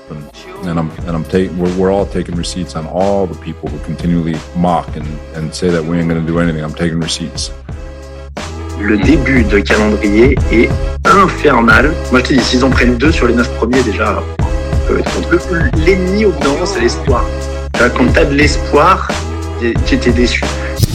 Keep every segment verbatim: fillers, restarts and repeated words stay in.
And, and I'm and I'm taking we're, we're all taking receipts on all the people who continually mock and, and say that we ain't going to do anything. I'm taking receipts. Le début de calendrier est infernal. Moi je te dis, s'ils en prennent deux sur les neuf premiers déjà, euh, l'ennemi au bout d'un moment c'est l'espoir. Quand t'as de l'espoir, tu étais déçu.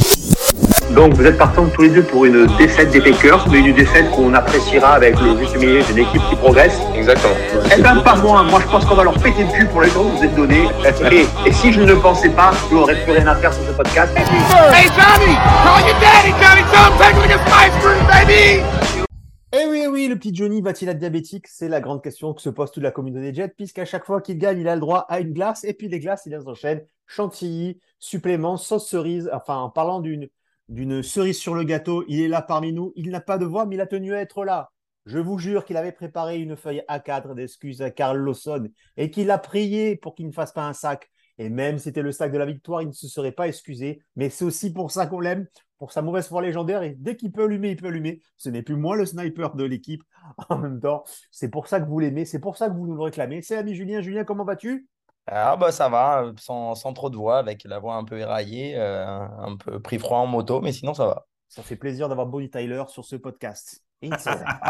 Donc vous êtes partants tous les deux pour une défaite des Packers, mais une défaite qu'on appréciera avec le juste milieu d'une équipe qui progresse. Exactement. Eh ben pas moi, moi je pense qu'on va leur péter le cul pour les gens que vous êtes donnés. Et, et si je ne le pensais pas, je n'aurais plus rien à faire sur ce podcast. Hey Johnny, call your daddy, Johnny, tell him take me some ice cream, baby. Eh oui, eh oui, le petit Johnny va-t-il être diabétique? C'est la grande question que se pose toute la communauté Jet, puisqu'à chaque fois qu'il gagne, il a le droit à une glace, et puis les glaces, il les enchaîne. Chantilly, supplément, sauce cerise, enfin en parlant d'une d'une cerise sur le gâteau, il est là parmi nous, il n'a pas de voix, mais il a tenu à être là. Je vous jure qu'il avait préparé une feuille A quatre d'excuses à Carl Lawson et qu'il a prié pour qu'il ne fasse pas un sac. Et même si c'était le sac de la victoire, il ne se serait pas excusé. Mais c'est aussi pour ça qu'on l'aime, pour sa mauvaise foi légendaire. Et dès qu'il peut allumer, il peut allumer. Ce n'est plus moi le sniper de l'équipe. En même temps, c'est pour ça que vous l'aimez, c'est pour ça que vous nous le réclamez. C'est l'ami Julien. Julien, comment vas-tu? Ah bah ça va, euh, sans, sans trop de voix, avec la voix un peu éraillée, euh, un peu pris froid en moto, mais sinon ça va. Ça fait plaisir d'avoir Bonnie Tyler sur ce podcast. It's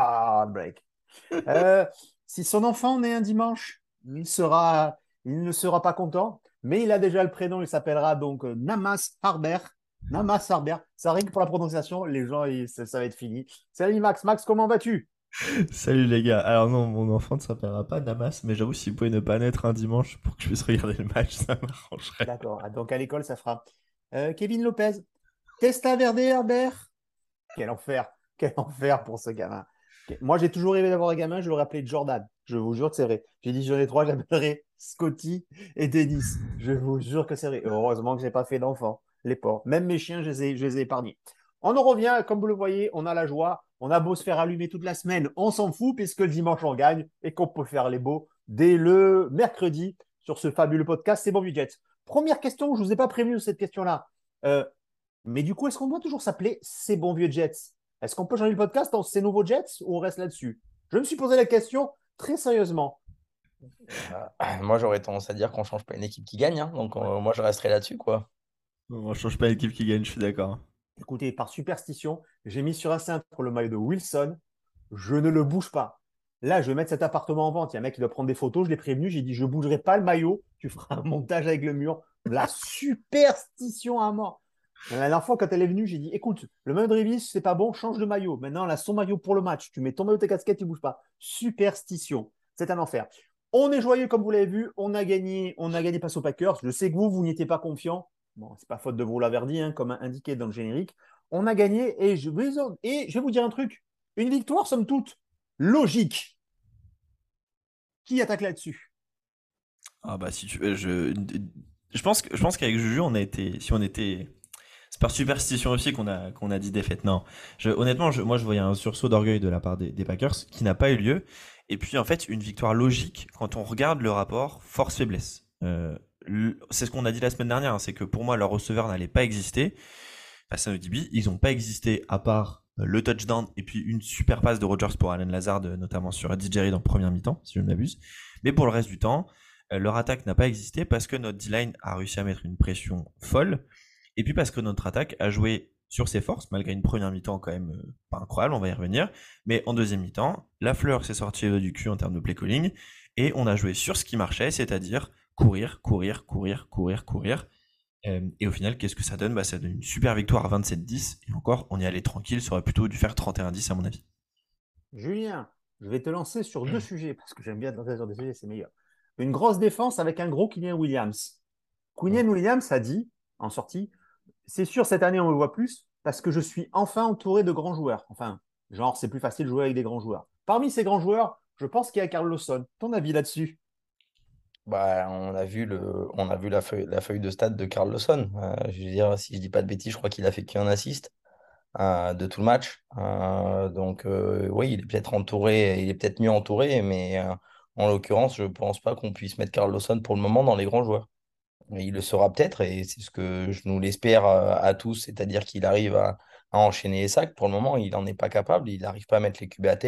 a heartbreak. Euh, si son enfant naît un dimanche, il, sera, il ne sera pas content, mais il a déjà le prénom, il s'appellera donc Namas Harber. Namas Harber. Ça règle pour la prononciation, les gens, ils, ça, ça va être fini. Salut Max. Max, comment vas-tu? Salut les gars. Alors non, mon enfant ne s'appellera pas Namas, mais j'avoue, s'il pouvait ne pas naître un dimanche pour que je puisse regarder le match, ça m'arrangerait. D'accord, donc à l'école, ça fera. Euh, Kevin Lopez. Testa Verde Herbert. Quel enfer, quel enfer pour ce gamin. Moi, j'ai toujours rêvé d'avoir un gamin, je l'aurais appelé Jordan. Je vous jure que c'est vrai. J'ai dit, j'en ai trois, j'appellerai Scotty et Dennis. Je vous jure que c'est vrai. Heureusement que je n'ai pas fait d'enfants, les pauvres. Même mes chiens, je les ai, je les ai épargnés. On en revient, comme vous le voyez, on a la joie. On a beau se faire allumer toute la semaine, on s'en fout puisque le dimanche, on gagne et qu'on peut faire les beaux dès le mercredi sur ce fabuleux podcast. C'est Bon Vieux Jets. Première question, je ne vous ai pas prévenu de cette question-là. Euh, mais du coup, est-ce qu'on doit toujours s'appeler C'est Bon Vieux Jets? Est-ce qu'on peut changer le podcast en Ces Nouveaux Jets ou on reste là-dessus? Je me suis posé la question très sérieusement. Euh, moi j'aurais tendance à dire qu'on change pas une équipe qui gagne, hein, donc euh, moi je resterai là-dessus quoi. On ne change pas l'équipe qui gagne, je suis d'accord. Écoutez, par superstition, j'ai mis sur un cintre le maillot de Wilson. Je ne le bouge pas. Là, je vais mettre cet appartement en vente. Il y a un mec qui doit prendre des photos. Je l'ai prévenu. J'ai dit, je ne bougerai pas le maillot. Tu feras un montage avec le mur. La superstition à mort. La dernière fois, quand elle est venue, j'ai dit, écoute, le maillot de Révis, c'est pas bon, change de maillot. Maintenant, elle a son maillot pour le match. Tu mets ton maillot, tes casquettes, tu ne bouges pas. Superstition. C'est un enfer. On est joyeux, comme vous l'avez vu. On a gagné, on a gagné face aux Packers. Je sais que vous, vous n'y étiez pas confiant. Bon, c'est pas faute de vous l'avoir dit, hein, comme indiqué dans le générique. On a gagné et je, et je vais vous dire un truc. Une victoire, somme toute, logique. Qui attaque là-dessus? Ah bah si tu veux, je, je pense que je pense qu'avec Juju, on a été, si on était, c'est par superstition aussi qu'on a qu'on a dit défaite. Non, je, honnêtement, je, moi je voyais un sursaut d'orgueil de la part des, des Packers qui n'a pas eu lieu. Et puis en fait, une victoire logique quand on regarde le rapport force-faiblesse. Euh, c'est ce qu'on a dit la semaine dernière, hein, c'est que pour moi leur receveur n'allait pas exister. Face à O D B, ils n'ont pas existé à part le touchdown et puis une super passe de Rodgers pour Allen Lazard, notamment sur D J Reed en première mi-temps, si je ne m'abuse. Mais pour le reste du temps, leur attaque n'a pas existé parce que notre D-line a réussi à mettre une pression folle et puis parce que notre attaque a joué sur ses forces, malgré une première mi-temps quand même euh, pas incroyable, on va y revenir. Mais en deuxième mi-temps, la fleur s'est sortie du cul en termes de play calling et on a joué sur ce qui marchait, c'est-à-dire courir, courir, courir, courir, courir. Euh, et au final, qu'est-ce que ça donne? Bah, ça donne une super victoire à vingt-sept dix. Et encore, on y allait tranquille, ça aurait plutôt dû faire trente et un dix à mon avis. Julien, je vais te lancer sur deux sujets, parce que j'aime bien te lancer sur des sujets, c'est meilleur. Une grosse défense avec un gros Quinnen Williams. Quinnen Williams a dit, en sortie, c'est sûr, cette année, on me voit plus, parce que je suis enfin entouré de grands joueurs. Enfin, genre, c'est plus facile de jouer avec des grands joueurs. Parmi ces grands joueurs, je pense qu'il y a Carl Lawson. Ton avis là-dessus? Bah, on a vu le, on a vu la feuille, la feuille de stats de Carl Lawson. Euh, je veux dire, si je dis pas de bêtises, je crois qu'il a fait qu'un assist euh, de tout le match. Euh, donc euh, oui, il est peut-être entouré, il est peut-être mieux entouré, mais euh, en l'occurrence, je pense pas qu'on puisse mettre Carl Lawson pour le moment dans les grands joueurs. Mais il le sera peut-être, et c'est ce que je nous l'espère euh, à tous, c'est-à-dire qu'il arrive à, à enchaîner les sacs. Pour le moment, il n'en est pas capable, il n'arrive pas à mettre les Q B à terre.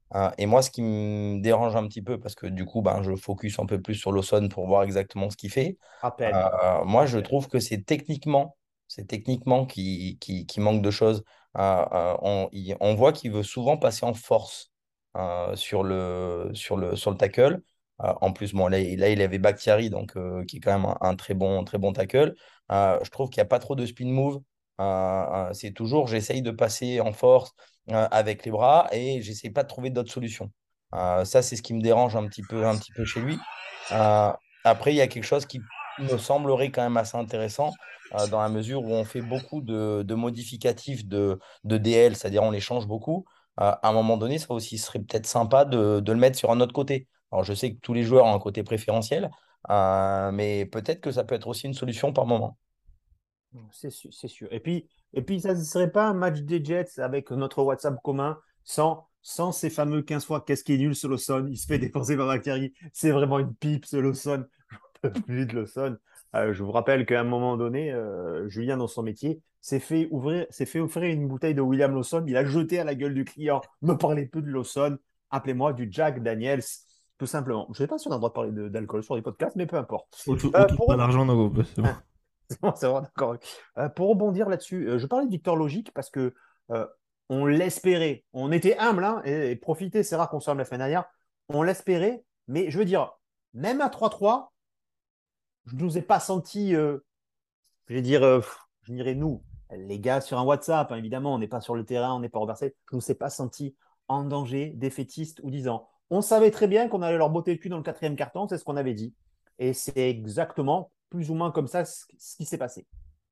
Euh, et moi, ce qui me dérange un petit peu, parce que du coup, ben, je focus un peu plus sur Lawson pour voir exactement ce qu'il fait. À peine. Euh, moi, À je peine. trouve que c'est techniquement, c'est techniquement qui, qui, qui manque de choses. Euh, euh, on, il- on voit qu'il veut souvent passer en force euh, sur le, sur le, sur le tackle. Euh, en plus, bon, là, il- là, il avait Bakhtiari, donc, euh, qui est quand même un, un très bon, très bon tackle. Euh, je trouve qu'il n'y a pas trop de spin move. Euh, euh, c'est toujours, j'essaye de passer en force euh, avec les bras et j'essaye pas de trouver d'autres solutions. Euh, ça, c'est ce qui me dérange un petit peu, un petit peu chez lui. Euh, Après, il y a quelque chose qui me semblerait quand même assez intéressant euh, dans la mesure où on fait beaucoup de, de modificatifs de, de D L, c'est-à-dire on les change beaucoup. Euh, à un moment donné, ça aussi serait peut-être sympa de, de le mettre sur un autre côté. Alors, je sais que tous les joueurs ont un côté préférentiel, euh, mais peut-être que ça peut être aussi une solution par moment. C'est sûr, c'est sûr. Et puis, et puis, ça ne serait pas un match des Jets avec notre WhatsApp commun sans, sans ces fameux quinze fois qu'est-ce qui est nul ce Lawson. Il se fait défoncer par Bakhtiari. C'est vraiment une pipe ce Lawson. Je peux plus de Lawson. Euh, je vous rappelle qu'à un moment donné, euh, Julien, dans son métier, s'est fait ouvrir, s'est fait offrir une bouteille de William Lawson. Il a jeté à la gueule du client. Me parlez peu de Lawson. Appelez-moi du Jack Daniels. Tout simplement. Je ne sais pas si on a le droit de parler de- d'alcool sur les podcasts, mais peu importe. On tou- on Euh, touche pas pour, d'argent dans le groupe, c'est bon. Hein, c'est bon, c'est bon, d'accord. Euh, pour rebondir là-dessus, euh, je parlais de Victor Logique parce que euh, on l'espérait. On était humble hein, et, et profiter, c'est rare qu'on soit humble la semaine dernière. On l'espérait, mais je veux dire, même à trois trois, je ne nous ai pas senti, euh, je vais dire, euh, pff, je dirais nous, les gars sur un WhatsApp, hein, évidemment, on n'est pas sur le terrain, on n'est pas renversé. Je ne nous ai pas senti en danger, défaitiste ou disant. On savait très bien qu'on allait leur botter le cul dans le quatrième carton, c'est ce qu'on avait dit. Et c'est exactement plus ou moins comme ça ce ce qui s'est passé.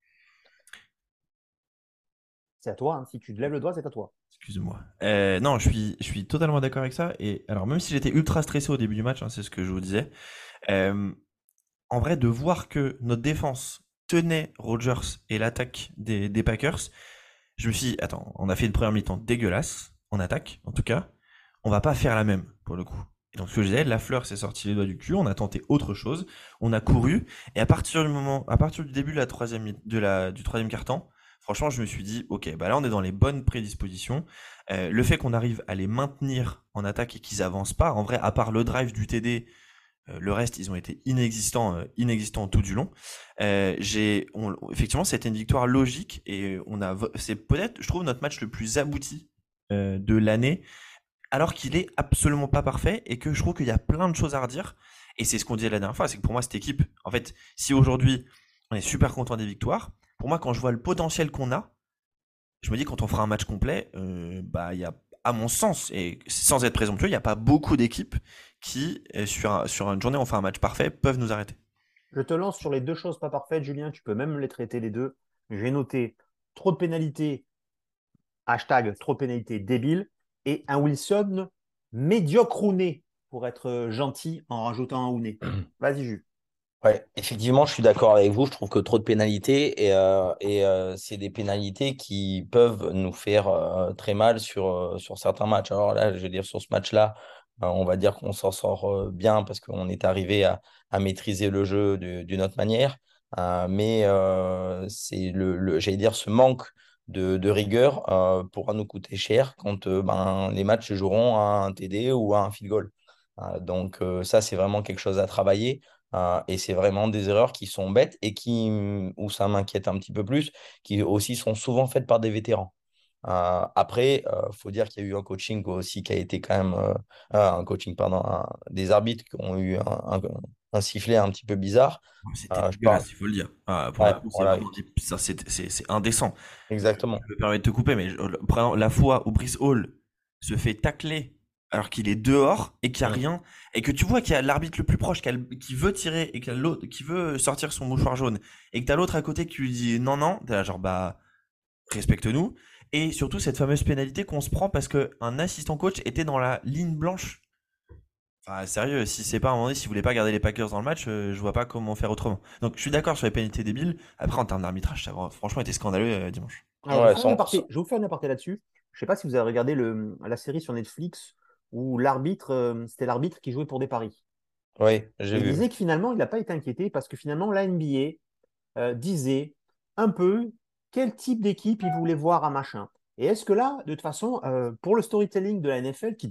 C'est à toi, hein. Si tu te lèves le doigt, c'est à toi. Excuse-moi. Euh, non, je suis, je suis totalement d'accord avec ça. Et alors, même si j'étais ultra stressé au début du match, hein, c'est ce que je vous disais, euh, en vrai, de voir que notre défense tenait Rodgers et l'attaque des, des Packers, je me suis dit, attends, on a fait une première mi-temps dégueulasse, en attaque, en tout cas, on va pas faire la même, pour le coup. Et donc, ce que je disais, Lafleur s'est sorti les doigts du cul, on a tenté autre chose, on a couru, et à partir du moment, à partir du début de la troisième, mi- de la, du troisième quart-temps, franchement, je me suis dit, ok, bah là, on est dans les bonnes prédispositions. Euh, le fait qu'on arrive à les maintenir en attaque et qu'ils avancent pas, en vrai, à part le drive du T D, euh, le reste, ils ont été inexistants, euh, inexistants tout du long. Euh, j'ai, on- effectivement, c'était une victoire logique et on a, vo- c'est peut-être, je trouve, notre match le plus abouti euh, de l'année, alors qu'il est absolument pas parfait et que je trouve qu'il y a plein de choses à redire. Et c'est ce qu'on disait la dernière fois, c'est que pour moi, cette équipe, en fait, si aujourd'hui on est super content des victoires, pour moi, quand je vois le potentiel qu'on a, je me dis quand on fera un match complet, euh, bah il y a, à mon sens, et sans être présomptueux, il n'y a pas beaucoup d'équipes qui, euh, sur, un- sur une journée où on fait un match parfait, peuvent nous arrêter. Je te lance sur les deux choses pas parfaites, Julien. Tu peux même les traiter les deux. J'ai noté trop de pénalités, hashtag trop de pénalités débiles, et un Wilson médiocre ou né, pour être euh, gentil en rajoutant un ou né. Vas-y, Jules. Ouais, effectivement, je suis d'accord avec vous. Je trouve que trop de pénalités et, euh, et euh, c'est des pénalités qui peuvent nous faire euh, très mal sur, euh, sur certains matchs. Alors là, je vais dire sur ce match-là, euh, on va dire qu'on s'en sort euh, bien parce qu'on est arrivé à, à maîtriser le jeu de- d'une autre manière. Euh, mais euh, c'est le, le- j'allais dire ce manque de, de rigueur euh, pourra nous coûter cher quand euh, ben, les matchs se joueront à un T D ou à un field goal. Euh, donc euh, ça, c'est vraiment quelque chose à travailler. Euh, et c'est vraiment des erreurs qui sont bêtes et qui, mm, où ça m'inquiète un petit peu plus, qui aussi sont souvent faites par des vétérans. Euh, après, il faut dire qu'il y a eu un coaching aussi qui a été quand même, euh, euh, un coaching, pardon, un- des arbitres qui ont eu un, un- un sifflet un petit peu bizarre. C'était Euh, je parle. dégueulasse, il faut le dire. Ah, pour le Ouais, coup, c'est voilà, vraiment ça, c'est c'est- c'est indécent. exactement. Je me permets de te couper, mais je- prenons la fois où Brice Hall se fait tacler alors qu'il est dehors et qu'il n'y a Mm. rien, et que tu vois qu'il y a l'arbitre le plus proche qui, a le- qui veut tirer et qu'il y a l'autre qui veut sortir son mouchoir jaune, et que t'as l'autre à côté qui lui dit non, non, t'es là genre bah respecte-nous. Et surtout cette fameuse pénalité qu'on se prend parce qu'un assistant coach était dans la ligne blanche. Enfin, sérieux, si c'est pas à un moment donné, si vous voulez pas garder les Packers dans le match, euh, je vois pas comment faire autrement. Donc je suis d'accord sur les pénalités débiles. Après, en termes d'arbitrage, ça a franchement été scandaleux euh, dimanche. Alors, je vais Ouais, faire un sans- aparté. sans- Je vais vous faire un aparté là-dessus. Je ne sais pas si vous avez regardé le, la série sur Netflix où l'arbitre, euh, c'était l'arbitre qui jouait pour des paris. Oui, j'ai Et il vu. disait que finalement, il n'a pas été inquiété parce que finalement, la N B A euh, disait un peu quel type d'équipe il voulait voir à machin. Et est-ce que là, de toute façon, euh, pour le storytelling de la N F L, qui te vend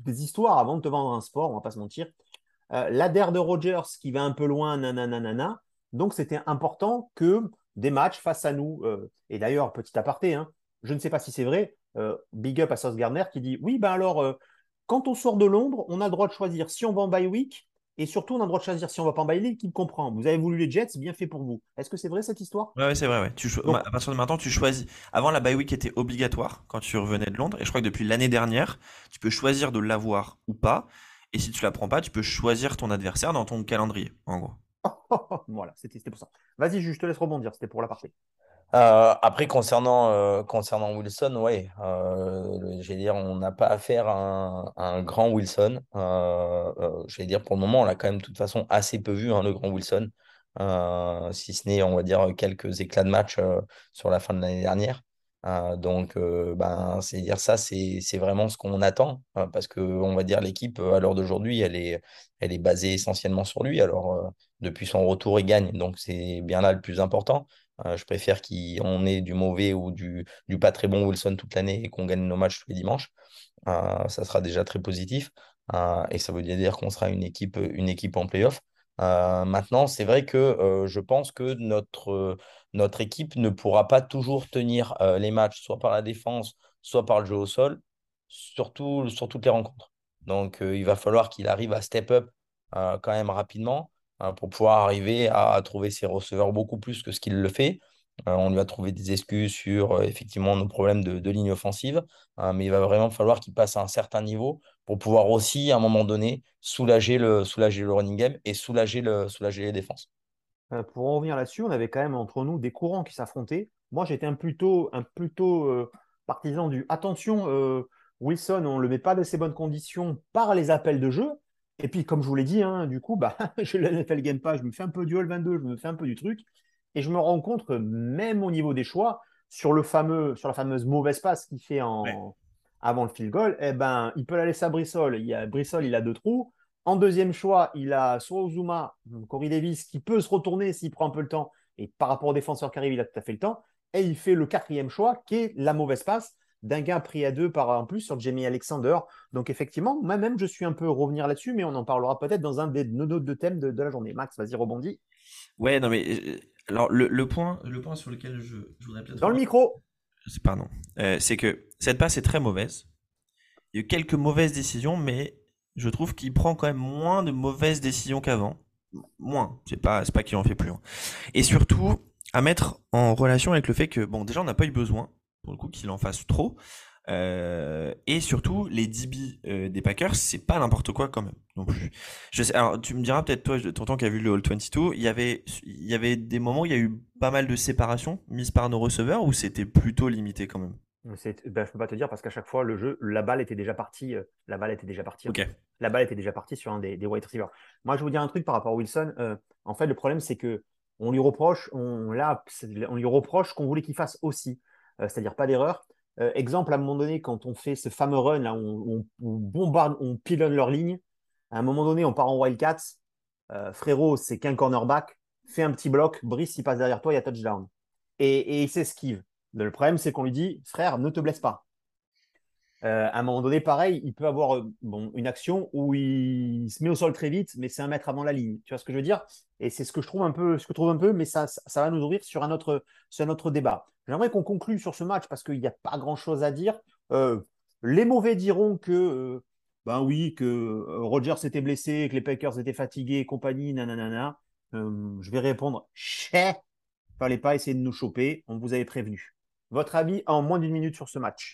des histoires avant de te vendre un sport, on va pas se mentir. Euh, L'A D R de Rogers qui va un peu loin, nanana, nanana. Donc, c'était important que des matchs face à nous. Euh, et d'ailleurs, petit aparté, hein, je ne sais pas si c'est vrai, euh, big up à Sauce Gardner qui dit oui, ben alors, euh, quand on sort de Londres, on a le droit de choisir si on va en bye week et surtout, on a le droit de choisir si on va pas en bye week, qui comprend. Vous avez voulu les Jets, bien fait pour vous. Est-ce que c'est vrai cette histoire? Ouais, ouais, c'est vrai, ouais. Tu cho- ma- Donc, à partir de maintenant, tu choisis. Avant, la bye week était obligatoire quand tu revenais de Londres. Et je crois que depuis l'année dernière, tu peux choisir de l'avoir ou pas. Et si tu la prends pas, tu peux choisir ton adversaire dans ton calendrier, en gros. voilà, c'était c'était pour ça. Vas-y, je te laisse rebondir, c'était pour la partie. Euh, après, concernant, euh, concernant Wilson, ouais, euh, j'allais dire, on n'a pas affaire à un, à un grand Wilson. Euh, euh, j'allais dire, pour le moment, on l'a quand même de toute façon assez peu vu, hein, le grand Wilson. Euh, si ce n'est, on va dire, quelques éclats de match euh, sur la fin de l'année dernière. Euh, donc, euh, ben, c'est dire ça, c'est, c'est vraiment ce qu'on attend, hein, parce que, on va dire, l'équipe, euh, à l'heure d'aujourd'hui, elle est, elle est basée essentiellement sur lui. Alors, euh, depuis son retour, il gagne, donc c'est bien là le plus important. Euh, je préfère qu'on ait du mauvais ou du, du pas très bon Wilson toute l'année et qu'on gagne nos matchs tous les dimanches. Euh, ça sera déjà très positif. Euh, et ça veut dire qu'on sera une équipe, une équipe en playoff. Euh, maintenant, c'est vrai que euh, je pense que notre, euh, notre équipe ne pourra pas toujours tenir euh, les matchs, soit par la défense, soit par le jeu au sol, surtout sur toutes les rencontres. Donc, euh, il va falloir qu'il arrive à step up euh, quand même rapidement euh, pour pouvoir arriver à, à trouver ses receveurs beaucoup plus que ce qu'il le fait. Euh, on lui a trouvé des excuses sur euh, effectivement nos problèmes de, de ligne offensive, hein, mais il va vraiment falloir qu'il passe à un certain niveau pour pouvoir aussi, à un moment donné, soulager le, soulager le running game et soulager, le, soulager les défenses. Euh, pour en revenir là-dessus, on avait quand même entre nous des courants qui s'affrontaient. Moi, j'étais un plutôt, un plutôt euh, partisan du attention, euh, Wilson, on ne le met pas dans ses bonnes conditions par les appels de jeu. Et puis, comme je vous l'ai dit, hein, du coup, bah, j'ai le N F L Game Pass, je me fais un peu du All vingt-deux, je me fais un peu du truc. Et je me rends compte que même au niveau des choix, sur, le fameux, sur la fameuse mauvaise passe qu'il fait Ouais. en, avant le field goal, eh ben, il peut la laisser à Brissol. Il y a, Brissol, il a deux trous. En deuxième choix, il a soit Ozuma, Corey Davis, qui peut se retourner s'il prend un peu le temps. Et par rapport au défenseur qui arrive, il a tout à fait le temps. Et il fait le quatrième choix, qui est la mauvaise passe d'un gars pris à deux par en plus sur Jamie Alexander. Donc effectivement, moi-même, je suis un peu revenir là-dessus, mais on en parlera peut-être dans un des nos deux thèmes de, de la journée. Max, vas-y, rebondis. Ouais, non, mais euh, alors le, le point, le point sur lequel je, je voudrais peut-être Dans le revenir, micro. c'est pardon, euh, c'est que cette passe est très mauvaise. Il y a eu quelques mauvaises décisions, mais je trouve qu'il prend quand même moins de mauvaises décisions qu'avant. Moins. C'est pas, c'est pas qu'il en fait plus, hein. Et surtout, à mettre en relation avec le fait que, bon, déjà, on n'a pas eu besoin, pour le coup, qu'il en fasse trop. Euh, et surtout, les D B euh, des Packers, c'est pas n'importe quoi quand même non plus. Je sais, alors, tu me diras peut-être, toi, tonton qui a vu le All vingt-deux, il y avait, il y avait des moments où il y a eu pas mal de séparations mises par nos receveurs ou c'était plutôt limité quand même? C'est- Ben, je peux pas te dire parce qu'à chaque fois, le jeu, la balle était déjà partie. euh, la balle était déjà partie, en Ok. fait. La balle était déjà partie sur un des, des wide receivers. Moi, je vais vous dire un truc par rapport à Wilson. Euh, en fait, le problème, c'est que on lui reproche, on, là, c'est- on lui reproche qu'on voulait qu'il fasse aussi. Euh, c'est-à-dire pas d'erreur. Euh, exemple, à un moment donné, quand on fait ce fameux run, là, on, on, on bombarde, on pilonne leur ligne. À un moment donné, on part en Wildcats. Euh, frérot, c'est qu'un cornerback. Fais un petit bloc. Brice, il passe derrière toi, il y a touchdown. Et, et il s'esquive. Le problème, c'est qu'on lui dit, frère, ne te blesse pas. Euh, à un moment donné, pareil, il peut avoir euh, bon, une action où il se met au sol très vite, mais c'est un mètre avant la ligne. Tu vois ce que je veux dire? Et c'est ce que je trouve un peu, ce que je trouve un peu, mais ça, ça, ça va nous ouvrir sur un autre, sur un autre débat. J'aimerais qu'on conclue sur ce match parce qu'il n'y a pas grand-chose à dire. Euh, les mauvais diront que, euh, ben oui, que euh, Rodgers s'était blessé, que les Packers étaient fatigués et compagnie, nanana. Euh, je vais répondre, chais, fallait pas essayer de nous choper, on vous avait prévenu. Votre avis en moins d'une minute sur ce match?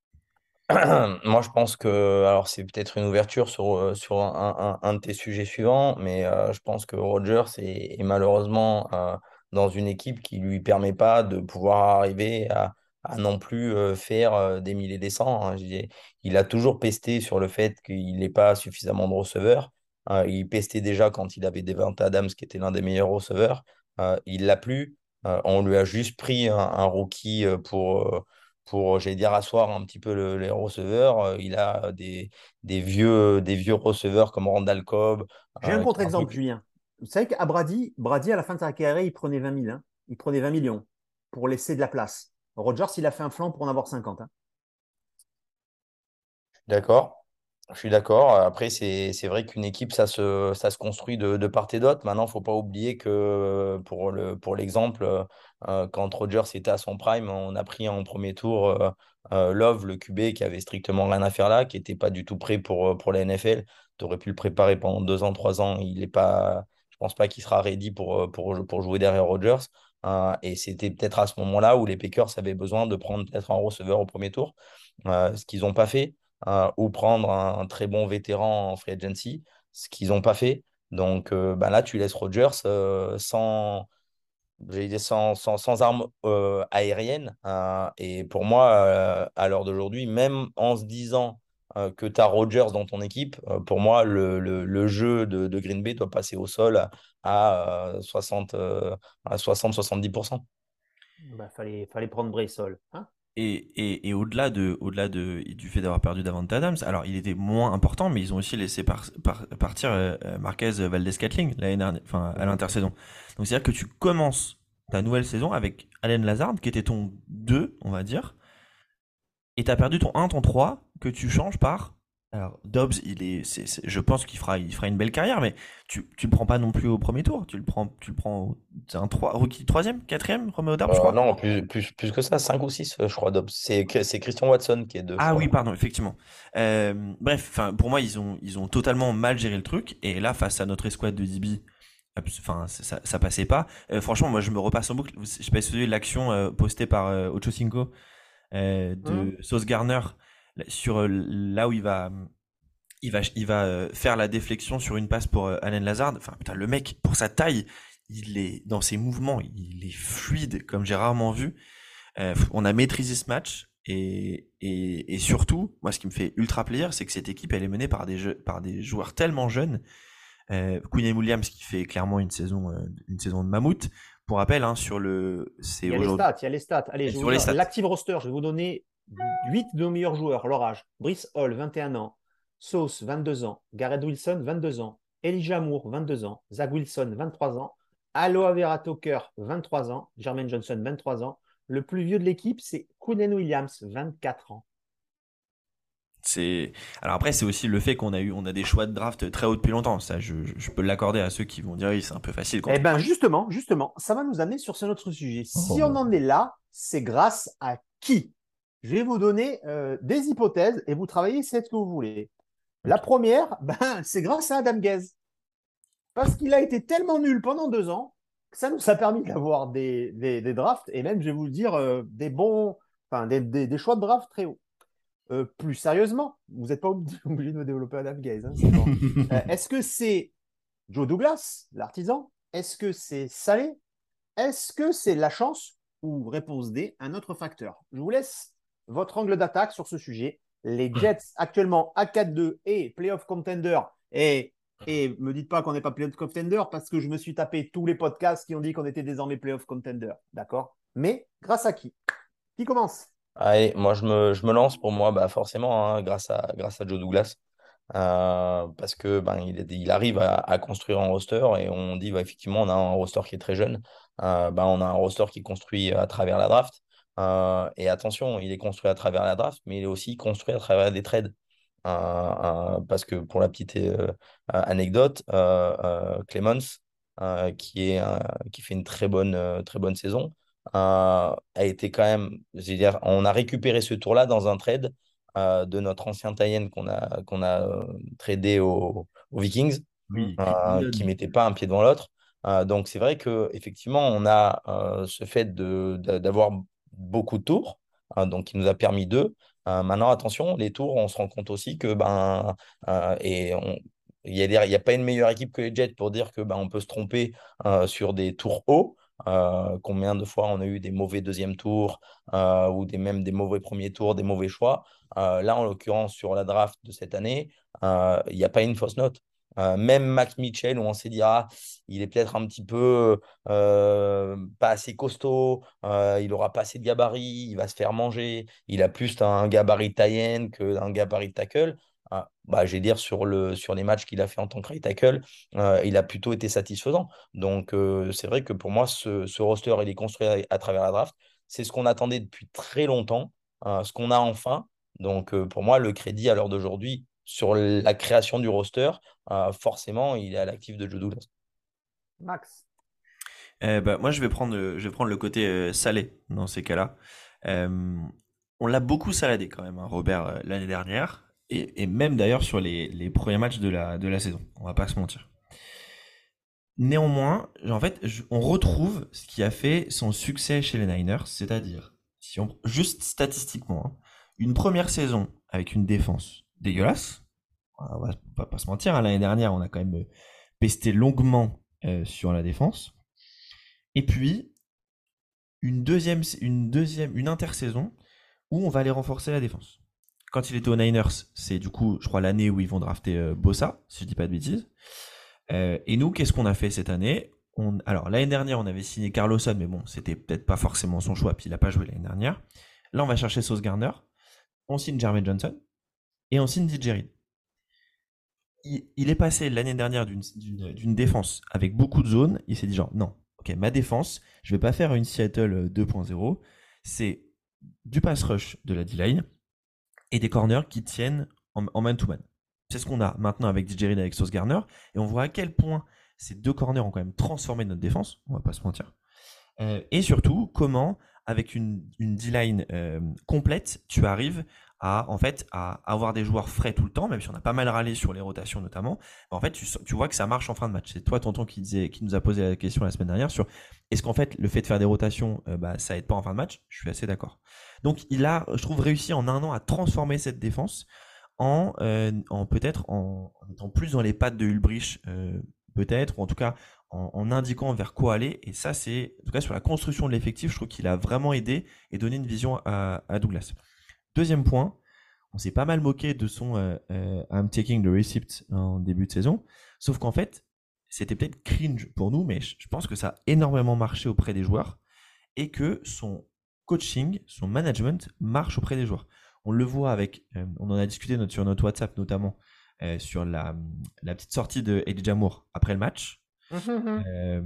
Moi, je pense que, alors c'est peut-être une ouverture sur, euh, sur un, un- un de tes sujets suivants, mais euh, je pense que Rodgers est, est malheureusement euh, dans une équipe qui lui permet pas de pouvoir arriver à, à non plus euh, faire euh, des mille et des cents, hein. Je dis- Il a toujours pesté sur le fait qu'il n'ait pas suffisamment de receveurs. Euh, il pestait déjà quand il avait Devonta Adams, qui était l'un des meilleurs receveurs. Euh, il l'a plus. Euh, on lui a juste pris un, un rookie euh, pour. euh, pour, j'allais dire, asseoir un petit peu le- les receveurs. Euh, Il a des, des vieux, des vieux receveurs comme Randall Cobb, J'ai un euh, qui est un peu... contre-exemple, Julien. Vous savez qu'à Brady, Brady, à la fin de sa carrière, il prenait vingt mille, hein. Il prenait vingt millions pour laisser de la place. Rodgers, il a fait un flanc pour en avoir cinquante, hein. D'accord. Je suis d'accord. Après, c'est, c'est vrai qu'une équipe, ça se, ça se construit de, de part et d'autre. Maintenant, il ne faut pas oublier que pour le, pour l'exemple, euh, euh, quand Rodgers était à son prime, on a pris en premier tour euh, euh, Love, le Q B, qui avait strictement rien à faire là, qui n'était pas du tout prêt pour, euh, pour la N F L. Tu aurais pu le préparer pendant deux ans, trois ans. Il est pas, je pense pas qu'il sera ready pour, euh, pour, pour jouer derrière Rodgers. Euh, et c'était peut-être à ce moment-là où les Packers avaient besoin de prendre peut-être un receveur au premier tour, euh, ce qu'ils n'ont pas fait, euh, ou prendre un, un très bon vétéran en free agency, ce qu'ils n'ont pas fait. Donc euh, bah là, tu laisses Rodgers euh, sans, j'allais dire sans, sans, sans arme euh, aérienne. Euh, et pour moi, euh, à l'heure d'aujourd'hui, même en se disant euh, que tu as Rodgers dans ton équipe, euh, pour moi, le, le, le jeu de, de Green Bay doit passer au sol à, à, euh, soixante, euh, à soixante soixante-dix pour cent. Bah, fallait, fallait prendre Bressol. Hein. Et, et, et au-delà de, au-delà de, du fait d'avoir perdu Davante Adams, alors il était moins important, mais ils ont aussi laissé par, par- partir euh, euh, Marquez Valdez-Scantling l'année dernière, enfin à Mhm. l'intersaison. Donc c'est-à-dire que tu commences ta nouvelle saison avec Allen Lazard, qui était ton deux, on va dire, et t'as perdu ton un, ton trois, que tu changes par. Alors, Dobbs, il est, c'est, c'est- je pense qu'il fera, il fera une belle carrière, mais tu, tu le prends pas non plus au premier tour. Tu le prends, tu le prends, au- c'est un trois, rookie troisième, quatrième, Romeo Dobbs, je Euh, crois. non, plus, plus, plus que ça, cinq ou six je crois, Dobbs. C'est, c'est Christian Watson qui est deux, je Ah crois. oui, pardon, effectivement. Euh, bref, enfin, pour moi, ils ont, ils ont totalement mal géré le truc. Et là, face à notre escouade de D B, abs- enfin, ça, ça, ça passait pas. Euh, franchement, moi, je me repasse en boucle. Vous- Je sais pas si vous avez vu l'action euh, postée par euh, Ocho Cinco euh, Hum. de Sauce Garner là, sur euh, là où il va, il va, il va euh, faire la déflexion sur une passe pour euh, Allen Lazard. Enfin, putain, le mec, pour sa taille, il est dans ses mouvements, il est fluide comme j'ai rarement vu. Euh, on a maîtrisé ce match et, et, et surtout, moi, ce qui me fait ultra plaisir, c'est que cette équipe, elle est menée par des, jeux, par des joueurs tellement jeunes. Euh, Quinn Williams qui fait clairement une saison, euh, une saison de mammouth. Pour rappel, hein, sur le, c'est Il y a les aujourd'hui stats, il y a les stats. Allez, je vais sur vous les dire stats. l'active roster. Je vais vous donner huit de nos meilleurs joueurs, leur âge. Brice Hall, vingt et un ans. Sauce, vingt-deux ans. Garrett Wilson, vingt-deux ans. Elijah Moore, vingt-deux ans. Zach Wilson, vingt-trois ans. Aloha Vera Tucker, vingt-trois ans. Jermaine Johnson, vingt-trois ans. Le plus vieux de l'équipe, c'est Quinnen Williams, vingt-quatre ans. C'est alors après c'est aussi le fait qu'on a eu on a des choix de draft très hauts depuis longtemps. Ça je, je, je peux l'accorder à ceux qui vont dire oui c'est un peu facile quand Eh on... bien, justement, justement, ça va nous amener sur ce autre sujet. Si on Oh. en est là, c'est grâce à qui? Je vais vous donner euh, des hypothèses et vous travaillez, c'est ce que vous voulez. La Ok. première, ben, c'est grâce à Adam Gaze. Parce qu'il a été tellement nul pendant deux ans que ça nous a permis d'avoir des, des, des drafts et même, je vais vous le dire, euh, des bons, enfin, des, des, des choix de draft très hauts. Euh, plus sérieusement, vous n'êtes pas obligé de me développer Adam Gaze, hein, c'est bon. Euh, est-ce que c'est Joe Douglas, l'artisan? Est-ce que c'est Salé? Est-ce que c'est la chance? Ou réponse D, un autre facteur? Je vous laisse votre angle d'attaque sur ce sujet. Les Jets, actuellement à quatre deux et playoff contender. Et, et me dites pas qu'on n'est pas playoff contender parce que je me suis tapé tous les podcasts qui ont dit qu'on était désormais playoff contender. D'accord? Mais grâce à qui? Qui commence? Allez, moi je me, je me lance pour moi, bah forcément, hein, grâce à, grâce à Joe Douglas. Euh, parce que ben, il, il arrive à, à construire un roster et on dit bah, effectivement on a un roster qui est très jeune. Euh, ben, on a un roster qui est construit à travers la draft. Euh, et attention, il est construit à travers la draft, mais il est aussi construit à travers des trades. Euh, euh, parce que pour la petite euh, anecdote, euh, euh, Clemens, euh, qui est, euh, qui fait une très bonne, euh, très bonne saison, euh, a été quand même, je veux dire, on a récupéré ce tour-là dans un trade euh, de notre ancien Tyen qu'on a, qu'on a euh, tradé aux, aux Vikings, Oui, Chris euh, qui Dillon. mettait pas un pied devant l'autre. Euh, donc c'est vrai que effectivement on a euh, ce fait de, de- d'avoir beaucoup de tours, hein, donc qui nous a permis d'eux. Euh, maintenant attention, les tours, on se rend compte aussi que ben euh, et on- il y a, des- il y a pas une meilleure équipe que les Jets pour dire que ben, on peut se tromper euh, sur des tours hauts. Euh, combien de fois on a eu des mauvais deuxième tours euh, ou des, même des mauvais premiers tours, des mauvais choix. Euh, là, en l'occurrence, sur la draft de cette année, euh, il n'y a pas une fausse note. Euh, même Max Mitchell, où on s'est dit, ah, il est peut-être un petit peu euh, pas assez costaud, euh, il aura pas assez de gabarit, il va se faire manger, il a plus un gabarit taille qu'un gabarit tackle. Ah, bah, je vais dire, sur, le, sur les matchs qu'il a fait en tant que right tackle, euh, il a plutôt été satisfaisant. Donc, euh, c'est vrai que pour moi, ce, ce roster, il est construit à, à travers la draft. C'est ce qu'on attendait depuis très longtemps, euh, ce qu'on a enfin. Donc, euh, pour moi, le crédit à l'heure d'aujourd'hui, sur la création du roster, euh, forcément, il est à l'actif de Joe Douglas. Max. Euh, bah, moi, je vais prendre, le- je vais prendre le côté euh, salé dans ces cas-là. Euh, on l'a beaucoup saladé quand même, hein, Robert, euh, l'année dernière, et, et même d'ailleurs sur les, les premiers matchs de la, de la saison. On va pas se mentir. Néanmoins, en fait, je- on retrouve ce qui a fait son succès chez les Niners, c'est-à-dire, si on, juste statistiquement, hein, une première saison avec une défense dégueulasse. On va, on va pas se mentir, hein, l'année dernière, on a quand même euh, pesté longuement euh, sur la défense. Et puis, une deuxième, une deuxième, une intersaison où on va aller renforcer la défense. Quand il était aux Niners, c'est du coup, je crois, l'année où ils vont drafter euh, Bossa, si je dis pas de bêtises. Euh, et nous, qu'est-ce qu'on a fait cette année? on, Alors, l'année dernière, on avait signé Carlosson, mais bon, c'était peut-être pas forcément son choix, puis il a pas joué l'année dernière. Là, on va chercher Sauce Gardner, on signe Jermaine Johnson, et on signe D J Reed. Il, il est passé l'année dernière d'une, d'une, d'une défense avec beaucoup de zones, il s'est dit genre, non, ok, ma défense, je vais pas faire une Seattle deux point zéro, c'est du pass rush de la D-line et des corners qui tiennent en, en man-to-man. C'est ce qu'on a maintenant avec D J Reed et avec Sauce Gardner, et on voit à quel point ces deux corners ont quand même transformé notre défense, on va pas se mentir. Euh, et surtout, comment, avec une, une D-line euh, complète, tu arrives à, en fait, à avoir des joueurs frais tout le temps, même si on a pas mal râlé sur les rotations notamment. En fait, tu, tu vois que ça marche en fin de match. C'est toi, Tonton, qui, disait, qui nous a posé la question la semaine dernière sur est-ce qu'en fait, le fait de faire des rotations, euh, bah, ça aide pas en fin de match. Je suis assez d'accord. Donc, il a, je trouve, réussi en un an à transformer cette défense en, euh, en peut-être en, en étant plus dans les pattes de Ulbrich, euh, peut-être, ou en tout cas en, en indiquant vers quoi aller. Et ça, c'est, en tout cas, sur la construction de l'effectif, je trouve qu'il a vraiment aidé et donné une vision à, à Douglas. Deuxième point, on s'est pas mal moqué de son euh, euh, I'm taking the receipt en début de saison, sauf qu'en fait, c'était peut-être cringe pour nous, mais je je pense que ça a énormément marché auprès des joueurs et que son coaching, son management marche auprès des joueurs. On le voit avec, euh, on en a discuté notre- sur notre WhatsApp notamment, euh, sur la, la petite sortie de Elijah Moore après le match. Euh,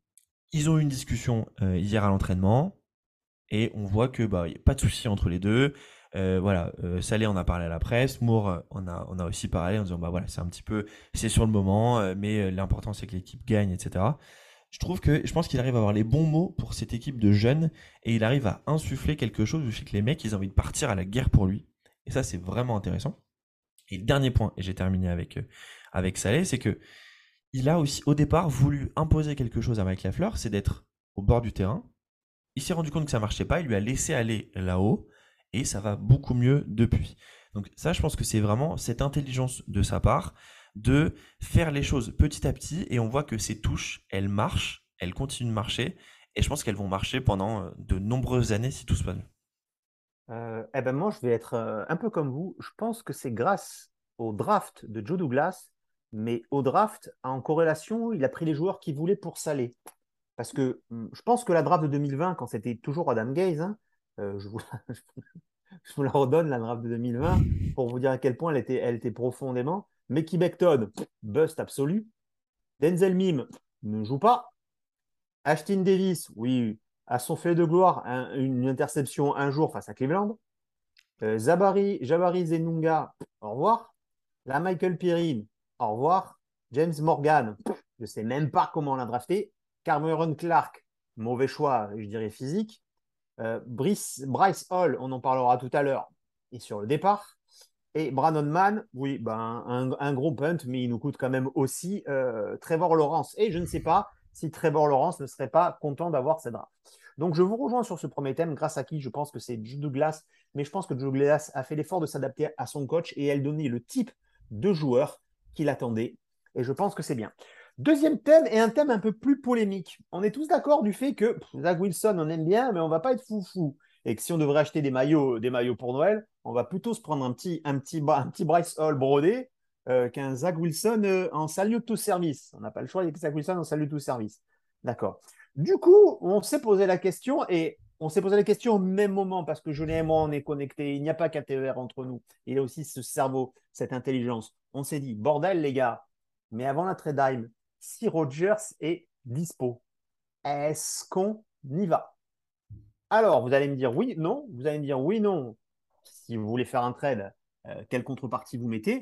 Ils ont eu une discussion euh, hier à l'entraînement et on voit que bah, y a pas de souci entre les deux. Euh, voilà, euh, Saleh en a parlé à la presse, Moore euh, on a, on a aussi parlé en disant bah voilà, c'est un petit peu, c'est sur le moment, euh, mais euh, l'important c'est que l'équipe gagne, et cetera. Je trouve que, je pense qu'il arrive à avoir les bons mots pour cette équipe de jeunes et il arrive à insuffler quelque chose où je sais que les mecs, ils ont envie de partir à la guerre pour lui. Et ça, c'est vraiment intéressant. Et le dernier point, et j'ai terminé avec, euh, avec Saleh, c'est que il a aussi, au départ, voulu imposer quelque chose à Mike Lafleur, c'est d'être au bord du terrain. Il s'est rendu compte que ça marchait pas, il lui a laissé aller là-haut, et ça va beaucoup mieux depuis. Donc ça, je pense que c'est vraiment cette intelligence de sa part de faire les choses petit à petit, et on voit que ces touches, elles marchent, elles continuent de marcher, et je pense qu'elles vont marcher pendant euh, de nombreuses années si tout se passe bien. Euh, eh ben moi, je vais être euh, un peu comme vous. Je pense que c'est grâce au draft de Joe Douglas, mais au draft, en corrélation, il a pris les joueurs qu'il voulait pour Salé. Parce que hum, je pense que la draft de deux mille vingt, quand c'était toujours Adam Gaze, hein, euh, je vous, je vous la redonne, la draft de deux mille vingt, pour vous dire à quel point elle était, elle était profondément. Mickey Becton, pff, bust absolu. Denzel Mim ne joue pas. Ashton Davis, oui, à son fait de gloire, un- une interception un jour face à Cleveland. Euh, Zabari, Jabari Zenunga, au revoir. La Michael Pirin, au revoir. James Morgan, je ne sais même pas comment on l'a drafté. Cameron Clark, mauvais choix, je dirais physique. Euh, Brice, Bryce Hall, on en parlera tout à l'heure, est sur le départ. Et Brandon Mann, oui, ben, un, un gros punt, mais il nous coûte quand même aussi euh, Trevor Lawrence. Et je ne sais pas si Trevor Lawrence ne serait pas content d'avoir cette draft. Donc je vous rejoins sur ce premier thème, grâce à qui je pense que c'est Joe Douglas, mais je pense que Joe Douglas a fait l'effort de s'adapter à son coach et elle donnait le type de joueur qu'il attendait. Et je pense que c'est bien. Deuxième thème est un thème un peu plus polémique. On est tous d'accord du fait que pff, Zach Wilson, on aime bien, mais on ne va pas être foufou. Et que si on devrait acheter des maillots, des maillots pour Noël, on va plutôt se prendre un petit, un petit, un petit Bryce Hall brodé euh, qu'un Zach Wilson euh, en salut tout service. On n'a pas le choix, il y a que Zach Wilson en salut tout service. D'accord. Du coup, on s'est posé la question et on s'est posé la question au même moment parce que Julien et moi, on est connectés. Il n'y a pas qu'un T E R entre nous. Il y a aussi ce cerveau, cette intelligence. On s'est dit, bordel, les gars, mais avant la trade time, si Rodgers est dispo, est-ce qu'on y va? Alors, vous allez me dire oui, non. Vous allez me dire oui, non. Si vous voulez faire un trade, euh, quelle contrepartie vous mettez?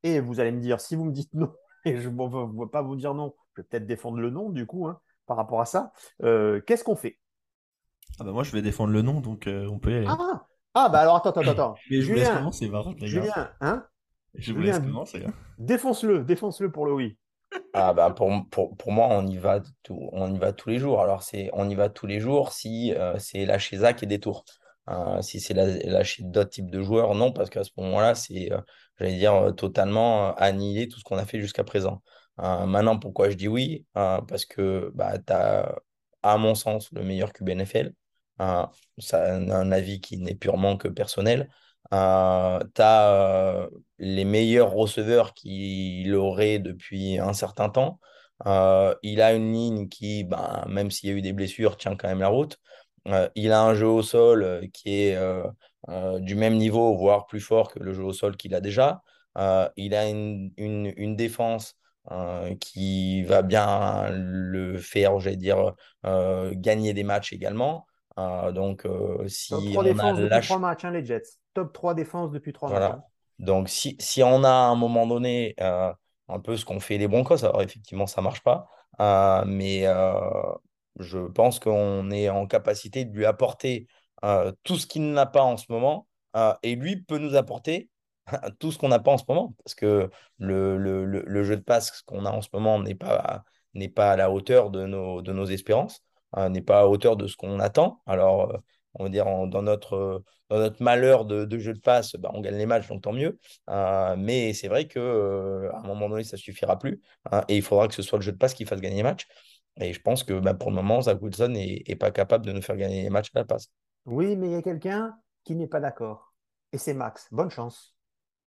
Et vous allez me dire, si vous me dites non, et je ne vais pas vous dire non, je vais peut-être défendre le non du coup, hein, par rapport à ça. Euh, qu'est-ce qu'on fait? Ah bah moi je vais défendre le nom, donc euh, on peut y aller. Hein. Ah, ah, bah alors attends, attends, attends. Mais je vous laisse Julien, commencer, par contre, les gars. Julien, hein? Je vous laisse Julien, commencer. Hein. défonce-le, défonce-le pour le oui. Ah bah pour, pour, pour moi, on y va tout, on y va tous les jours. Alors, c'est, on y va tous les jours si euh, c'est lâcher Zach et des tours. Euh, si c'est la- lâcher d'autres types de joueurs, non, parce qu'à ce moment-là, c'est, euh, j'allais dire, euh, totalement euh, annihiler tout ce qu'on a fait jusqu'à présent. Euh, maintenant, pourquoi je dis oui? Euh, parce que bah, tu as, à mon sens, le meilleur Q B N F L. Euh, ça, un avis qui n'est purement que personnel. Euh, tu as les meilleurs receveurs qu'il aurait depuis un certain temps. Euh, il a une ligne qui, ben, même s'il y a eu des blessures, tient quand même la route. Euh, il a un jeu au sol euh, qui est euh, euh, du même niveau, voire plus fort que le jeu au sol qu'il a déjà. Euh, il a une, une, une défense euh, qui va bien le faire, j'allais dire, euh, gagner des matchs également. Euh, donc, euh, Top si trois on a défenses depuis trois lâché, matchs, hein, les Jets. Top trois défenses depuis trois matchs. voilà. Hein. Donc, si, si on a à un moment donné euh, un peu ce qu'ont fait les Broncos, alors effectivement, ça marche pas, euh, mais euh, je pense qu'on est en capacité de lui apporter euh, tout ce qu'il n'a pas en ce moment, euh, et lui peut nous apporter tout ce qu'on n'a pas en ce moment, parce que le, le, le, le jeu de passe qu'on a en ce moment n'est pas, n'est pas à la hauteur de nos, de nos espérances, euh, n'est pas à la hauteur de ce qu'on attend. Alors, euh, on va dire, en- dans notre dans notre malheur de, de jeu de passe, bah, on gagne les matchs, donc tant mieux. Euh, mais c'est vrai que, euh, à un moment donné, ça ne suffira plus. Hein, et il faudra que ce soit le jeu de passe qui fasse gagner les matchs. Et je pense que bah, pour le moment, Zach Wilson n'est pas capable de nous faire gagner les matchs à la passe. Oui, mais il y a quelqu'un qui n'est pas d'accord. Et c'est Max. Bonne chance.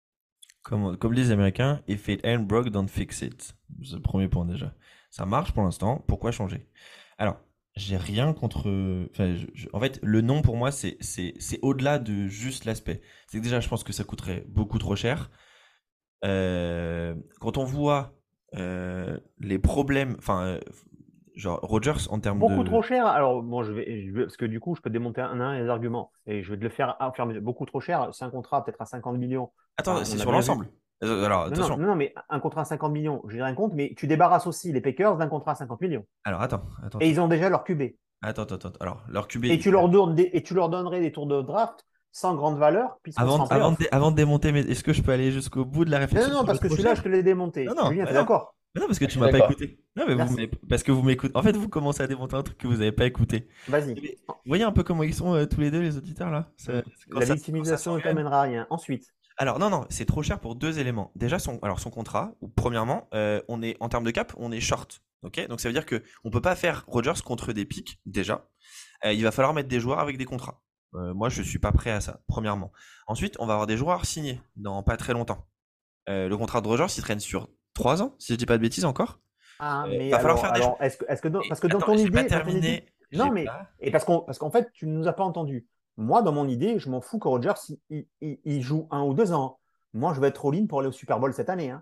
Comme, comme disent les Américains, if it ain't broke, don't fix it. C'est le premier point déjà. Ça marche pour l'instant, pourquoi changer? Alors, j'ai rien contre. Enfin, je- je- en fait, le nom pour moi, c'est c'est- c'est au-delà de juste l'aspect. C'est que déjà, je pense que ça coûterait beaucoup trop cher. Euh, quand on voit euh, les problèmes, enfin, euh, genre Rogers en termes Beaucoup trop de. cher. Alors, bon, je vais, je vais- parce que du coup, je peux démonter un à un les arguments. Et je vais te le faire à- faire beaucoup trop cher. C'est un contrat peut-être à cinquante millions. Attends, Enfin, c'est on a sur bien vu. l'ensemble. Euh, Alors, Non, non, attention. non, non, mais un contrat à cinquante millions, je n'ai rien contre, mais tu débarrasses aussi les Packers d'un contrat à cinquante millions. Alors, attends, attends, Et attends. ils ont déjà leur Q B. Attends, attends, attends. Alors, leur Q B, Et tu leur, donnes des- et tu leur donnerais des tours de draft sans grande valeur, puisqu'on sera Avant, en avant, de, playoff. dé- avant de démonter, mais est-ce que je peux aller jusqu'au bout de la Non, non, réflexion non, sur le parce que trop celui-là, je cher? te l'ai démonté. Non, non, Julien, bah t'es non. d'accord? Mais non, parce que Je tu suis m'as pas d'accord. écouté. Non, mais vous Merci. m'avez- parce que vous m'écoutez. En fait, vous commencez à démonter un truc que vous n'avez pas écouté. Vas-y. Mais vous voyez un peu comment ils sont euh, tous les deux, les auditeurs, là? Ça- quand La ça- quand ça victimisation ne s'engueule. t'amènera à rien. Ensuite, Alors, non, non, c'est trop cher pour deux éléments. Déjà, son, alors, son contrat, ou premièrement, euh, on est, en termes de cap, on est short. Ok. Donc, ça veut dire qu'on ne peut pas faire Rodgers contre des pics, déjà. Euh, il va falloir mettre des joueurs avec des contrats. Euh, moi, je suis pas prêt à ça, premièrement. Ensuite, on va avoir des joueurs signés dans pas très longtemps. Euh, le contrat de Rodgers, il traîne sur trois ans, si je dis pas de bêtises encore. ah, Euh, mais va falloir alors, faire des choix. alors est-ce que, est-ce que dans- Et parce que dans attends, ton j'ai pas idée, dans ton idée- terminé. non, J'ai mais pas- et parce qu'on, parce qu'en fait, tu ne nous as pas entendu. Moi, dans mon idée, je m'en fous que Rodgers il, il- il- il joue un ou deux ans. Moi, je vais être all-in pour aller au Super Bowl cette année. Hein,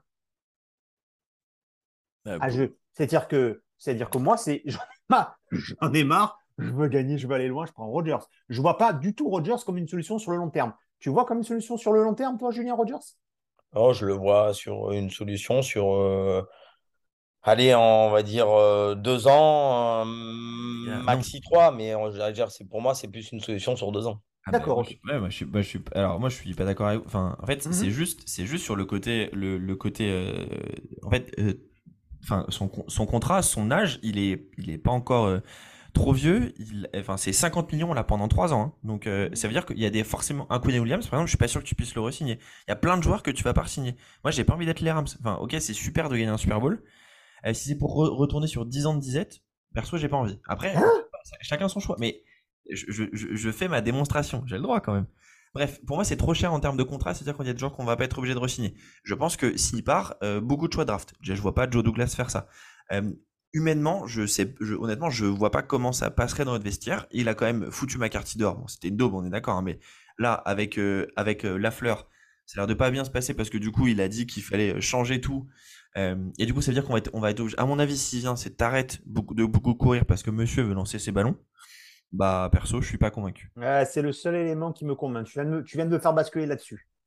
Euh, à bon. jeu. C'est-à-dire que, c'est-à-dire que moi, c'est, j'en ai marre. J'en ai marre. Je veux gagner, je veux aller loin. Je prends Rodgers. Je vois pas du tout Rodgers comme une solution sur le long terme. Tu vois comme une solution sur le long terme, toi, Julien Rodgers? Oh, je le vois sur une solution sur, euh, allez, on va dire euh, deux ans, euh, Euh, non. maxi trois, mais euh, je veux dire, c'est, pour moi, c'est plus une solution sur deux ans. Ah bah, D'accord, moi, ok. je, ouais, moi, je suis, moi, je suis, alors moi je suis pas d'accord avec vous. Enfin, en fait, c'est Mhm. juste, c'est juste sur le côté, le, le côté, euh, en fait, euh, enfin, son, con- son contrat, son âge, il est, il est pas encore euh, trop vieux. Il, enfin, c'est cinquante millions là pendant trois ans. Hein. Donc, euh, ça veut dire qu'il y a des forcément un Quinn Williams, par exemple, je suis pas sûr que tu puisses le re-signer. Il y a plein de joueurs que tu vas pas re-signer. Moi, j'ai pas envie d'être les Rams. Enfin, ok, c'est super de gagner un Super Bowl. Euh, si c'est pour re- retourner sur dix ans de disette, perso, j'ai pas envie. Après, Hein chacun son choix. Mais je, je- je- je fais ma démonstration. J'ai le droit quand même. Bref, pour moi, c'est trop cher en termes de contrat. C'est-à-dire qu'il y a des gens qu'on va pas être obligé de re-signer. Je pense que s'il part, euh, beaucoup de choix draft. Déjà, je vois pas Joe Douglas faire ça. Euh, humainement, je sais, je, honnêtement, je vois pas comment ça passerait dans notre vestiaire. Il a quand même foutu McCarthy dehors. Bon, c'était une daube, on est d'accord. Hein, mais là, avec, euh, avec euh, Lafleur, ça a l'air de pas bien se passer parce que du coup, il a dit qu'il fallait changer tout. Euh, et du coup, ça veut dire qu'on va être, on va être obligé. À mon avis, s'il vient, c'est t'arrêtes beaucoup, de beaucoup courir parce que monsieur veut lancer ses ballons. Bah, perso, je suis pas convaincu. Ouais, c'est le seul élément qui me convainc. Tu viens de me, tu viens de me faire basculer là-dessus.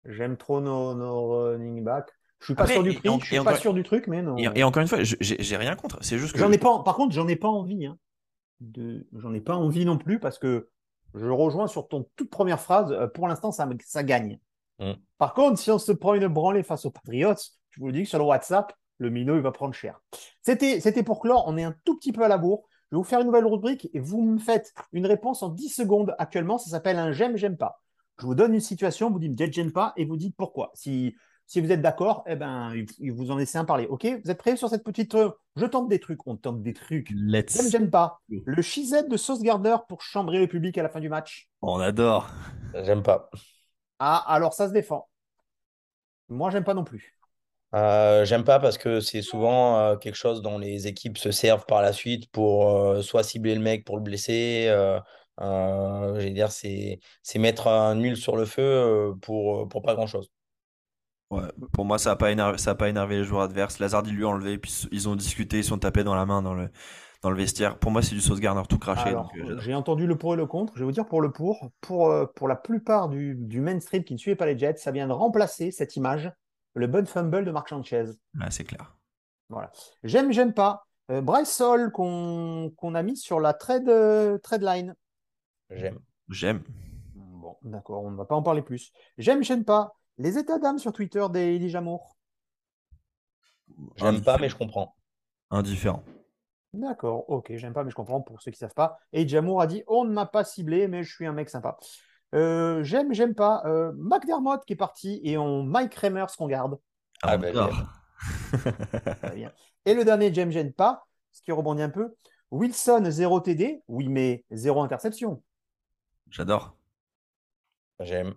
J'aime trop nos, nos running backs. Je suis pas Après, sûr du et, en- prix, je et suis pas encore, sûr du truc, mais et, non. et encore une fois, je- j'ai j'ai rien contre. C'est juste que J'en ai pas, par contre, j'en ai pas envie. Hein, de, j'en ai pas envie non plus parce que je rejoins sur ton toute première phrase. euh, Pour l'instant, ça, me- ça gagne. Mm. Par contre, si on se prend une branlée face aux Patriots, je vous le dis que sur le WhatsApp, le minot, il va prendre cher. C'était, c'était pour clore. On est un tout petit peu à la bourre. Je vais vous faire une nouvelle rubrique et vous me faites une réponse en dix secondes actuellement. Ça s'appelle un j'aime, j'aime pas. Je vous donne une situation, vous dites j'aime, j'aime pas et vous dites pourquoi. Si, si vous êtes d'accord, eh ben, il- vous en laissez un parler. OK? Vous êtes prêts sur cette petite. euh, Je tente des trucs. On tente des trucs. J'aime, let's. j'aime pas. Le Chizette de Sauce Gardner pour chambrer le public à la fin du match. On adore. J'aime pas. Ah, alors ça se défend. Moi, j'aime pas non plus. Euh, j'aime pas parce que c'est souvent euh, quelque chose dont les équipes se servent par la suite pour euh, soit cibler le mec pour le blesser. Euh, euh, je veux dire, c'est c'est mettre un nul sur le feu euh, pour, pour pas grand-chose. Ouais, pour moi, ça n'a pas énervé, ça a pas énervé les joueurs adverses. Lazard, il lui a enlevé, puis ils ont discuté, ils sont tapés dans la main dans le, dans le vestiaire. Pour moi, c'est du Sauce Gardner tout craché, donc Alors, euh, euh, j'adore. j'ai entendu le pour et le contre. Je vais vous dire pour le pour. Pour, euh, pour la plupart du, du mainstream qui ne suivait pas les Jets, ça vient de remplacer cette image, le Bud Fumble de Mark Sanchez. Là, c'est clair. Voilà. J'aime, j'aime pas. Euh, Bryce Hall qu'on qu'on a mis sur la trade, euh, trade line. J'aime. J'aime. Bon, d'accord, on ne va pas en parler plus. J'aime, j'aime pas. Les états d'âme sur Twitter des Elijah Moore. J'aime pas, mais je comprends. Indifférent. D'accord, ok, j'aime pas, mais je comprends pour ceux qui ne savent pas. Et Jamour a dit on ne m'a pas ciblé, mais je suis un mec sympa. Euh, j'aime, j'aime pas. Euh, McDermott qui est parti et on Mike Remers qu'on garde. Ah, Ah on ben adore. j'aime. Très bien. Et le dernier, j'aime, j'aime pas, ce qui rebondit un peu. Wilson, zéro T D. Oui, mais zéro interception. J'adore. J'aime.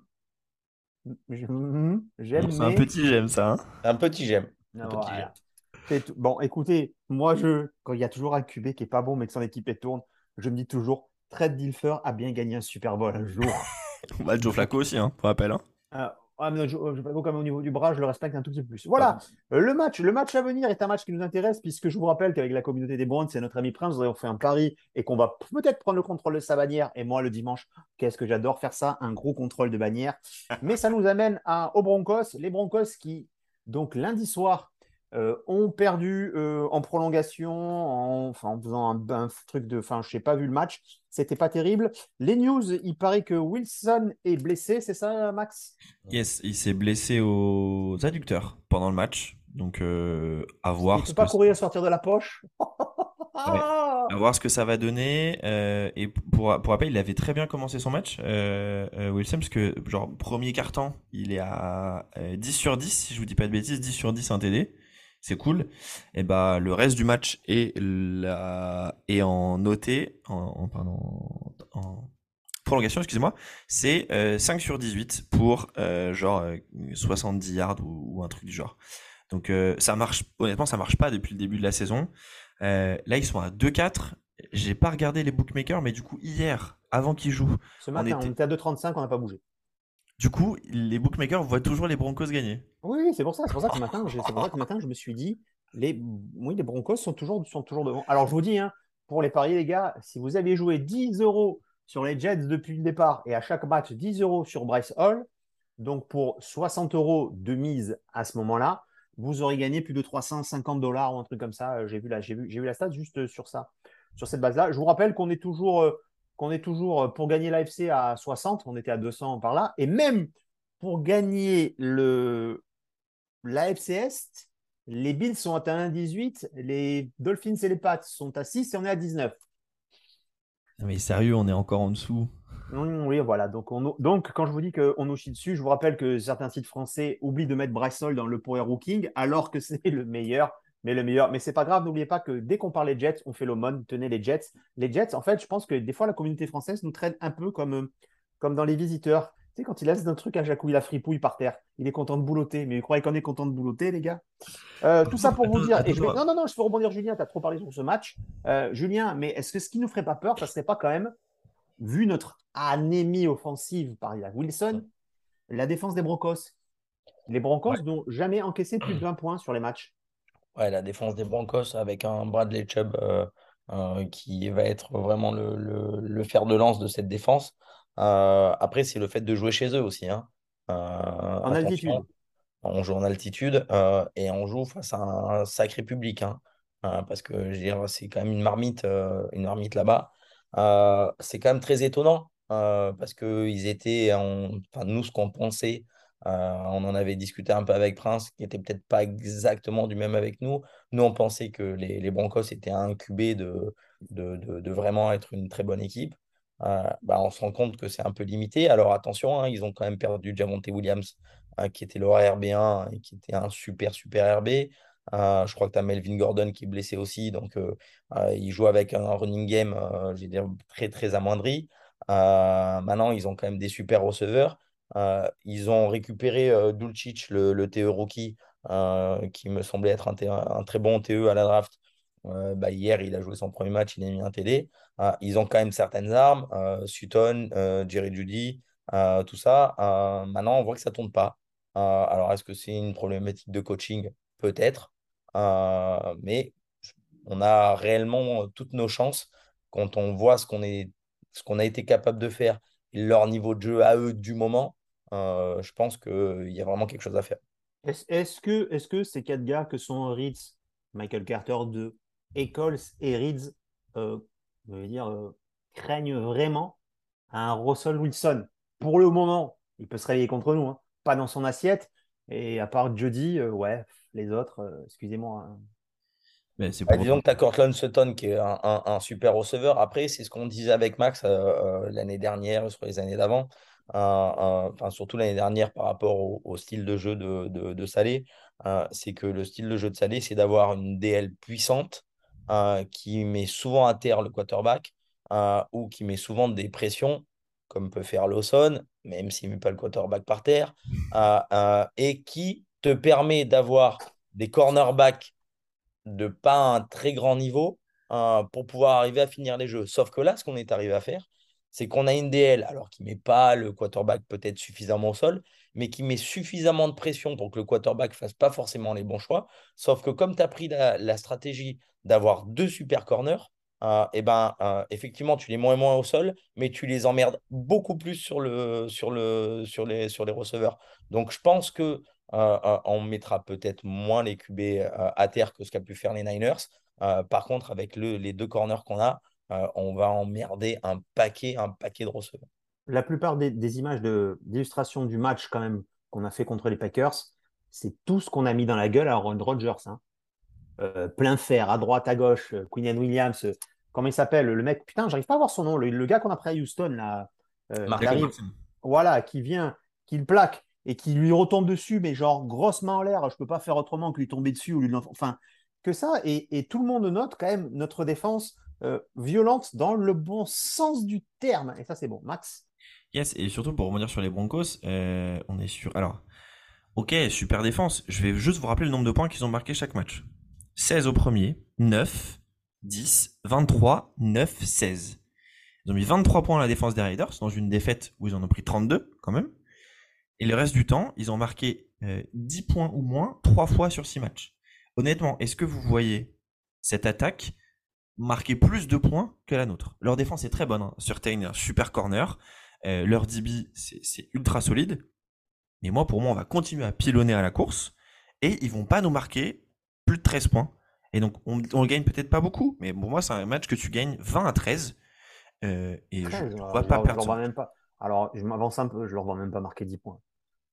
Je- mhm, J'aime, C'est un mais. petit j'aime ça, hein. Un petit j'aime. Un petit j'aime. Voilà. C'est tout. Bon, écoutez, moi, je, quand il y a toujours un Q B qui est pas bon, mais que son équipe est tourne, je me dis toujours, Trent Dilfer a bien gagné un Super Bowl un jour. Bah, Joe Flacco aussi, hein, pour rappel. Hein. Euh, ah, mais je, je, comme au niveau du bras, je le respecte un tout petit peu plus. Pardon. Voilà, Euh, le match, le match à venir est un match qui nous intéresse, puisque je vous rappelle qu'avec la communauté des Browns, c'est notre ami Prince, nous avons fait un pari et qu'on va peut-être prendre le contrôle de sa bannière. Et moi, le dimanche, qu'est-ce que j'adore faire ça, un gros contrôle de bannière. Mais ça nous amène à, aux Broncos, les Broncos qui, donc lundi soir, euh, ont perdu euh, en prolongation, en, enfin, en faisant un, un truc de. Enfin, je n'ai pas vu le match, c'était pas terrible. Les news, il paraît que Wilson est blessé, c'est ça, Max? Yes, il s'est blessé aux adducteurs pendant le match. Donc, euh, à Il voir ne ce peut que, pas courir et sortir de la poche. ouais, à voir ce que ça va donner. Euh, et pour, pour rappel, il avait très bien commencé son match, euh, euh, Wilson, parce que, genre, premier quart-temps, il est à euh, dix sur dix, si je vous dis pas de bêtises, dix sur dix un T D. C'est cool. Et bah, le reste du match est, la, est en noté, en, en, pardon, en prolongation, excusez-moi, c'est euh, cinq sur dix-huit pour euh, genre euh, soixante-dix yards ou, ou un truc du genre. Donc euh, ça marche, honnêtement, ça marche pas depuis le début de la saison. Euh, là, ils sont à deux quatre. J'ai pas regardé les bookmakers, mais du coup, hier, avant qu'ils jouent, Ce on matin, on était. était à deux trente-cinq, on n'a pas bougé. Du coup, les bookmakers voient toujours les Broncos gagner. Oui, oui, c'est pour ça. C'est pour ça que ce matin, j'ai- c'est pour ça que ce matin, je me suis dit, les, oui, les Broncos sont toujours, sont toujours devant. Alors, je vous dis, hein, pour les paris, les gars, si vous aviez joué dix euros sur les Jets depuis le départ et à chaque match dix euros sur Bryce Hall, donc pour soixante euros de mise à ce moment-là, vous aurez gagné plus de trois cent cinquante dollars ou un truc comme ça. Euh, J'ai vu, la- j'ai vu, j'ai vu la stat juste euh, sur ça, sur cette base-là. Je vous rappelle qu'on est toujours, euh, qu'on est toujours euh, pour gagner l'A F C à soixante, on était à deux cents par là, et même pour gagner le l'A F C Est, les Bills sont à un virgule dix-huit, les Dolphins et les Pats sont à six et on est à dix-neuf. Non, mais sérieux, on est encore en dessous. Mmh, oui, voilà. Donc, on, donc, quand je vous dis qu'on nous chie dessus, je vous rappelle que certains sites français oublient de mettre Bryce Hall dans le Power Rooking, alors que c'est le meilleur. Mais le meilleur. Mais c'est pas grave, n'oubliez pas que dès qu'on parle des Jets, on fait l'aumône, tenez les Jets. Les Jets, en fait, je pense que des fois, la communauté française nous traite un peu comme, euh, comme dans les visiteurs. Tu sais, quand il laisse un truc à Jacouille, la fripouille par terre, il est content de boulotter. Mais vous croyez qu'on est content de boulotter, les gars? Euh, tout ça pour vous Attends, dire. attends, Et je vais... attends. Non, non, non, je peux rebondir, Julien, tu as trop parlé sur ce match. Euh, Julien, mais est-ce que ce qui nous ferait pas peur, ça serait pas quand même, vu notre anémie offensive par la Wilson, la défense des Broncos? Les Broncos Ouais. n'ont jamais encaissé plus de vingt points sur les matchs. Ouais, la défense des Broncos avec un Bradley Chubb euh, euh, qui va être vraiment le, le, le fer de lance de cette défense. Euh, après, c'est le fait de jouer chez eux aussi. Hein. Euh, En altitude. attention, on joue en altitude euh, et on joue face à un sacré public, hein. Euh, parce que je veux dire, c'est quand même une marmite, euh, une marmite là-bas. Euh, c'est quand même très étonnant euh, parce que ils étaient, en- enfin, nous, ce qu'on pensait, euh, on en avait discuté un peu avec Prince, qui était peut-être pas exactement du même avec nous. Nous, on pensait que les, les Broncos étaient incubés de, de, de, de vraiment être une très bonne équipe. Euh, bah, on se rend compte que c'est un peu limité. Alors attention, hein, ils ont quand même perdu Javonte Williams, hein, qui était leur R B un et qui était un super, super R B. Euh, je crois que tu as Melvin Gordon qui est blessé aussi. Donc, euh, euh, il joue avec un running game, euh, je vais dire, très, très amoindri. Euh, maintenant, ils ont quand même des super receveurs. Euh, ils ont récupéré euh, Dulcich, le, le T E rookie, euh, qui me semblait être un, T- un très bon T E à la draft. Euh, bah, hier, il a joué son premier match, il a mis un T D. Euh, ils ont quand même certaines armes, euh, Sutton, euh, Jerry Jeudy, euh, tout ça. Euh, maintenant, on voit que ça ne tourne pas. Euh, alors, est-ce que c'est une problématique de coaching? Peut-être. Euh, mais on a réellement toutes nos chances quand on voit ce qu'on est, ce qu'on a été capable de faire et leur niveau de jeu à eux du moment. Euh, je pense qu'il y a vraiment quelque chose à faire. Est-ce est-ce que, est-ce que ces quatre gars que sont Reeds, Michael Carter deux, Eccles et Reeds, euh, je veux dire, euh, craignent vraiment un Russell Wilson? Pour le moment, il peut se réveiller contre nous, hein, pas dans son assiette. Et à part Jody, euh, ouais, les autres, euh, excusez-moi, hein. Mais c'est Bah, pour disons que tu as Cortland Sutton qui est un, un- un super receveur. Après, c'est ce qu'on disait avec Max euh, euh, l'année dernière, sur les années d'avant. Euh, euh, enfin, surtout l'année dernière par rapport au, au style de jeu de, de, de Salé. Euh, c'est que le style de jeu de Salé, c'est d'avoir une D L puissante euh, qui met souvent à terre le quarterback euh, ou qui met souvent des pressions, comme peut faire Lawson, même s'il ne met pas le quarterback par terre, euh, euh, et qui te permet d'avoir des cornerbacks de pas un très grand niveau euh, pour pouvoir arriver à finir les jeux. Sauf que là, ce qu'on est arrivé à faire, c'est qu'on a une D L, alors qui met pas le quarterback peut-être suffisamment au sol, mais qui met suffisamment de pression pour que le quarterback fasse pas forcément les bons choix. Sauf que comme tu as pris la, la stratégie d'avoir deux super corners, euh, et ben, euh, effectivement, tu les moins et moins au sol, mais tu les emmerdes beaucoup plus sur, le, sur, le, sur, les, sur les receveurs. Donc, je pense que euh, euh, on mettra peut-être moins les Q B euh, à terre que ce qu'a pu faire les Niners. Euh, par contre, avec le- les deux corners qu'on a, euh, on va emmerder un paquet, un paquet de receveurs. La plupart des, des images de, d'illustration du match quand même qu'on a fait contre les Packers, c'est tout ce qu'on a mis dans la gueule à Aaron Rodgers, hein. Euh, plein fer, à droite, à gauche, euh, Quinian Williams, euh, comment il s'appelle? Le mec, putain, j'arrive pas à voir son nom, le, le gars qu'on a pris à Houston, là, euh, qui Marcus arrive, Wilson. voilà, qui vient, qui le plaque et qui lui retombe dessus, mais genre grosse main en l'air, je peux pas faire autrement que lui tomber dessus ou lui, enfin, que ça, et, et tout le monde note quand même notre défense euh, violente dans le bon sens du terme, et ça c'est bon. Max? Yes, et surtout pour rebondir sur les Broncos, euh, on est sur. Alors, ok, super défense. Je vais juste vous rappeler le nombre de points qu'ils ont marqué chaque match. seize au premier, neuf, dix, vingt-trois, neuf, seize. Ils ont mis vingt-trois points à la défense des Raiders dans une défaite où ils en ont pris trente-deux quand même. Et le reste du temps, ils ont marqué euh, dix points ou moins trois fois sur six matchs. Honnêtement, est-ce que vous voyez cette attaque marquer plus de points que la nôtre? Leur défense est très bonne, hein. Surtain, un super corner. Euh, leur D B, c'est, c'est ultra solide. Mais moi, pour moi, on va continuer à pilonner à la course. Et ils vont pas nous marquer plus de treize points. Et donc, on, on gagne peut-être pas beaucoup. Mais pour moi, c'est un match que tu gagnes vingt à treize. Euh, et je treize, ne alors, vois je pas leur, je perdre leur ce vois match. même pas. Alors, je m'avance un peu, je leur vois même pas marquer dix points.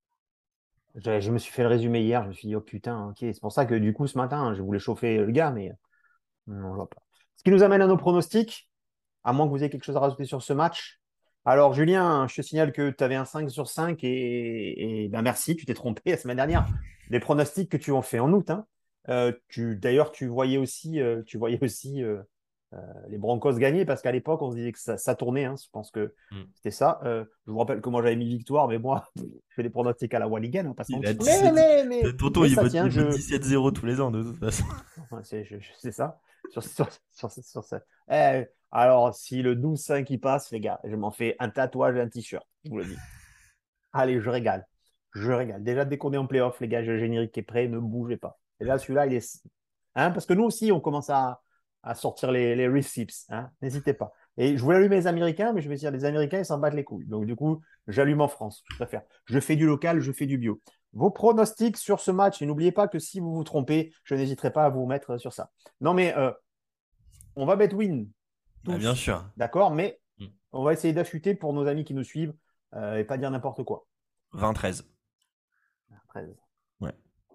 Je, je me suis fait le résumé hier, je me suis dit, oh putain, ok. C'est pour ça que du coup, ce matin, je voulais chauffer le gars, mais non, je vois pas. Ce qui nous amène à nos pronostics, à moins que vous ayez quelque chose à rajouter sur ce match. Alors, Julien, je te signale que tu avais un cinq sur cinq et, et ben merci, tu t'es trompé la semaine dernière. Des pronostics que tu as fait en août, hein. Euh, tu, d'ailleurs, tu voyais aussi, euh, tu voyais aussi euh, euh, les Broncos gagner parce qu'à l'époque, on se disait que ça, ça tournait, hein. Je pense que Mm. c'était ça. Euh, je vous rappelle que moi, j'avais mis victoire, mais moi, je fais des pronostics à la Walligan, on passe Il a mentir. Mais, dix-sept. mais, mais, Tonton, mais il ça vote, tient. il vote Je, dix-sept zéro tous les ans, de toute façon. Ouais, c'est je- je- c'est ça. Sur, sur, sur, sur ça. Eh, alors, si le douze cinq qui passe, les gars, je m'en fais un tatouage et un t-shirt. Je vous le dis. Allez, je régale. Je régale. Déjà, dès qu'on est en playoff, les gars, le générique est prêt, ne bougez pas. Et là, celui-là, il est. Hein, parce que nous aussi, on commence à, à sortir les, les receipts. Hein. N'hésitez pas. Et je voulais allumer les Américains, mais je vais dire, les Américains, ils s'en battent les couilles. Donc, du coup, j'allume en France. Je préfère. Je fais du local, je fais du bio. Vos pronostics sur ce match, et n'oubliez pas que si vous vous trompez, je n'hésiterai pas à vous mettre sur ça. Non, mais euh, on va bet win Ah, bien tous, sûr. d'accord? Mais Mm. on va essayer d'affûter pour nos amis qui nous suivent euh, et pas dire n'importe quoi. vingt treize. treize. Ouais.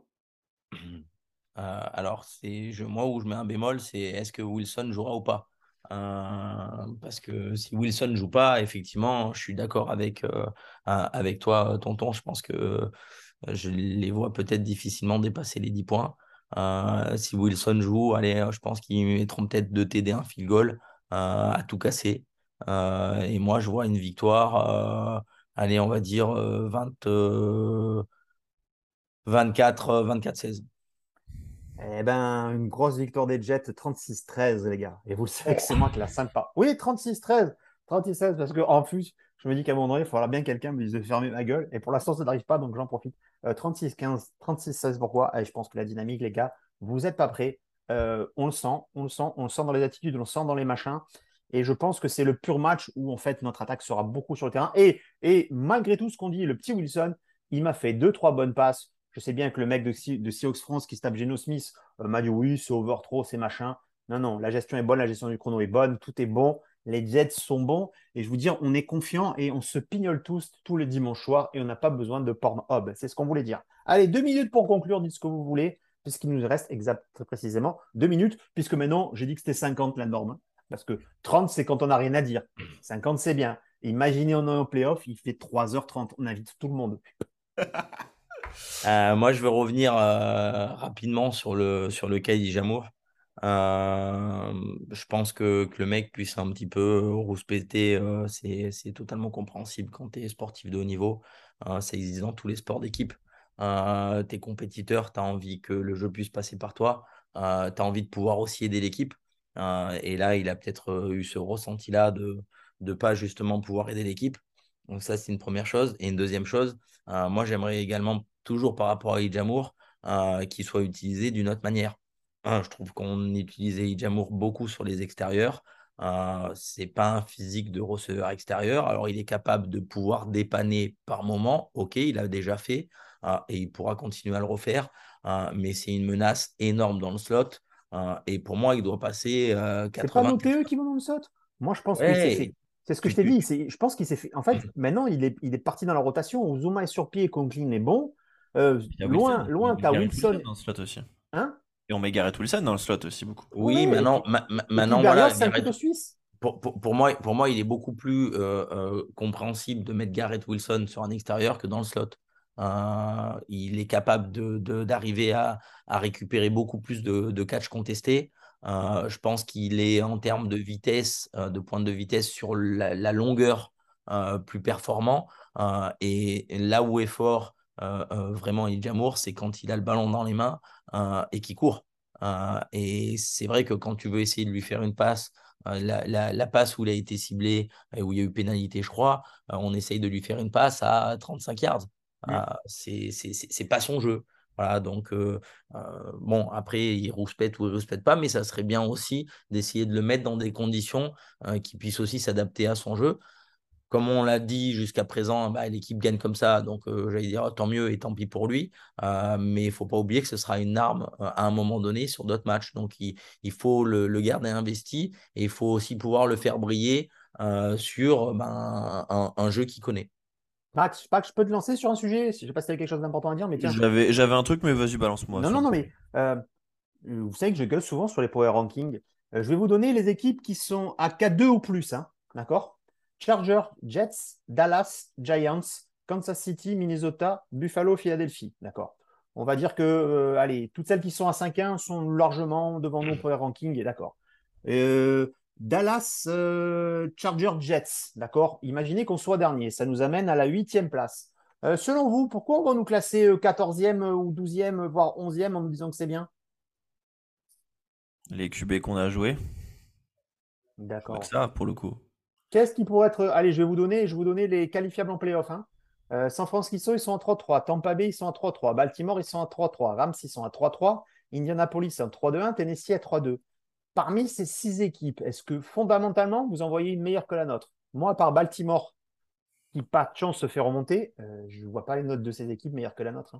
Euh, alors, c'est je, moi où je mets un bémol, c'est est-ce que Wilson jouera ou pas? Euh, parce que si Wilson joue pas, effectivement, je suis d'accord avec, euh, euh, avec toi, tonton. Je pense que euh, je les vois peut-être difficilement dépasser les dix points. Euh, si Wilson joue, allez, euh, je pense qu'ils mettront peut-être deux T D, un field goal euh, à tout casser. Euh, et moi, je vois une victoire, euh, allez, on va dire euh, vingt, euh, vingt-quatre, euh, vingt-quatre seize. Eh ben, une grosse victoire des Jets, trente-six treize, les gars. Et vous le savez que c'est moi qui la sympa. Oui, trente-six treize, trente-six seize, parce qu'en plus, je me dis qu'à un moment donné, il faudra bien quelqu'un me dise de fermer ma gueule. Et pour l'instant, ça n'arrive pas, donc j'en profite. Euh, trente-six quinze, trente-six seize, pourquoi? Et je pense que la dynamique, les gars, vous n'êtes pas prêts. Euh, on le sent, on le sent, on le sent dans les attitudes, on le sent dans les machins. Et je pense que c'est le pur match où, en fait, notre attaque sera beaucoup sur le terrain. Et, et malgré tout ce qu'on dit, le petit Wilson, il m'a fait deux, trois bonnes passes. Je sais bien que le mec de, de Seahawks France qui se tape Geno Smith euh, m'a dit oui, c'est over trop, c'est machin. Non, non, la gestion est bonne, la gestion du chrono est bonne, tout est bon, les Jets sont bons. Et je vous dis, on est confiant et on se pignole tous tous les dimanches soirs et on n'a pas besoin de Pornhub. C'est ce qu'on voulait dire. Allez, deux minutes pour conclure, dites ce que vous voulez, puisqu'il nous reste exact, très précisément deux minutes, puisque maintenant, j'ai dit que c'était cinquante la norme. Parce que trente, c'est quand on n'a rien à dire. cinquante, c'est bien. Imaginez, on est en playoff, il fait trois heures trente. On invite tout le monde. Euh, moi, je veux revenir euh, rapidement sur le, sur le cas d'Ijamour. Euh, je pense que, que le mec puisse un petit peu rouspéter, euh, c'est, c'est totalement compréhensible quand tu es sportif de haut niveau. Euh, ça existe dans tous les sports d'équipe. Euh, tu es compétiteur, tu as envie que le jeu puisse passer par toi. Euh, tu as envie de pouvoir aussi aider l'équipe. Euh, et là, il a peut-être euh, eu ce ressenti-là de ne pas justement pouvoir aider l'équipe. Donc ça, c'est une première chose. Et une deuxième chose, euh, moi, j'aimerais également, toujours par rapport à Ijamour, euh, qu'il soit utilisé d'une autre manière. Un, je trouve qu'on utilisait Ijamour beaucoup sur les extérieurs. Euh, c'est pas un physique de receveur extérieur. Alors, il est capable de pouvoir dépanner par moment. OK, il a déjà fait euh, et il pourra continuer à le refaire. Euh, mais c'est une menace énorme dans le slot. Euh, et pour moi, il doit passer euh, C'est pas quatre-vingts. nos T E qui vont dans le saute. Moi, je pense qu'il s'est fait. Ouais, C'est ce que je tu, t'ai tu- dit. c'est- Je pense qu'il s'est fait. En fait, maintenant, il est, il est parti dans la rotation où Zuma est sur pied et Conklin est bon. Euh, Il y a loin, Wilson. On loin, met tu as Garrett Wilson Wilson. dans le slot aussi. Hein? Et on met Garrett Wilson dans le slot aussi beaucoup. Oui, Ouais, et maintenant, puis, ma- ma- et puis maintenant Berrios, voilà, c'est un couteau Garrett. suisse. Pour, pour, pour moi, pour moi, il est beaucoup plus euh, euh, compréhensible de mettre Garrett Wilson sur un extérieur que dans le slot. Euh, il est capable de, de- d'arriver à, à récupérer beaucoup plus de, de catch contestés. Euh, je pense qu'il est en termes de vitesse, euh, de pointe de vitesse sur la, la longueur euh, plus performant. Euh, et là où est fort euh, euh, vraiment Jamour, c'est quand il a le ballon dans les mains euh, et qu'il court. Euh, et c'est vrai que quand tu veux essayer de lui faire une passe, euh, la, la, la passe où il a été ciblé, euh, où il y a eu pénalité, je crois, euh, on essaye de lui faire une passe à trente-cinq yards. Mm. Euh, c'est, c'est, c'est c'est pas son jeu. Voilà, donc euh, euh, bon, après, il rouspète ou il rouspète pas, mais ça serait bien aussi d'essayer de le mettre dans des conditions euh, qui puissent aussi s'adapter à son jeu. Comme on l'a dit jusqu'à présent, bah, l'équipe gagne comme ça, donc euh, j'allais dire tant mieux et tant pis pour lui. Euh, mais il ne faut pas oublier que ce sera une arme euh, à un moment donné sur d'autres matchs. Donc il, il faut le, le garder investi et il faut aussi pouvoir le faire briller euh, sur ben, un, un jeu qu'il connaît. Max, Max, je peux te lancer sur un sujet. Je sais pas si tu as quelque chose d'important à dire, mais tiens. J'avais, j'avais un truc, mais vas-y, balance-moi Non, sur non, le non, point. mais euh, vous savez que je gueule souvent sur les power rankings. Euh, je vais vous donner les équipes qui sont à K deux ou plus. Hein, d'accord? Chargers, Jets, Dallas, Giants, Kansas City, Minnesota, Buffalo, Philadelphie. D'accord. On va dire que, euh, allez, toutes celles qui sont à cinq un sont largement devant nous au power ranking. Et d'accord. Euh, Dallas, euh, Chargers, Jets. D'accord. Imaginez qu'on soit dernier. Ça nous amène à la huitième place. Euh, selon vous, pourquoi on va nous classer euh, quatorzième ou douzième, voire onzième en nous disant que c'est bien? Les Q B qu'on a joués, pas que D'accord. ça, pour le coup. Qu'est-ce qui pourrait être. Allez, je vais vous donner, je vais vous donner les qualifiables en playoff. Hein. Euh, San Francisco, ils sont à trois trois. Tampa Bay, ils sont à trois trois. Baltimore, ils sont à trois trois. Rams, ils sont à trois trois. Indianapolis, c'est en trois deux un. Tennessee à trois deux. parmi ces six équipes, est-ce que fondamentalement, vous en voyez une meilleure que la nôtre? Moi, à part Baltimore, qui pas de chance se fait remonter, euh, je ne vois pas les notes de ces équipes meilleures que la nôtre. hein.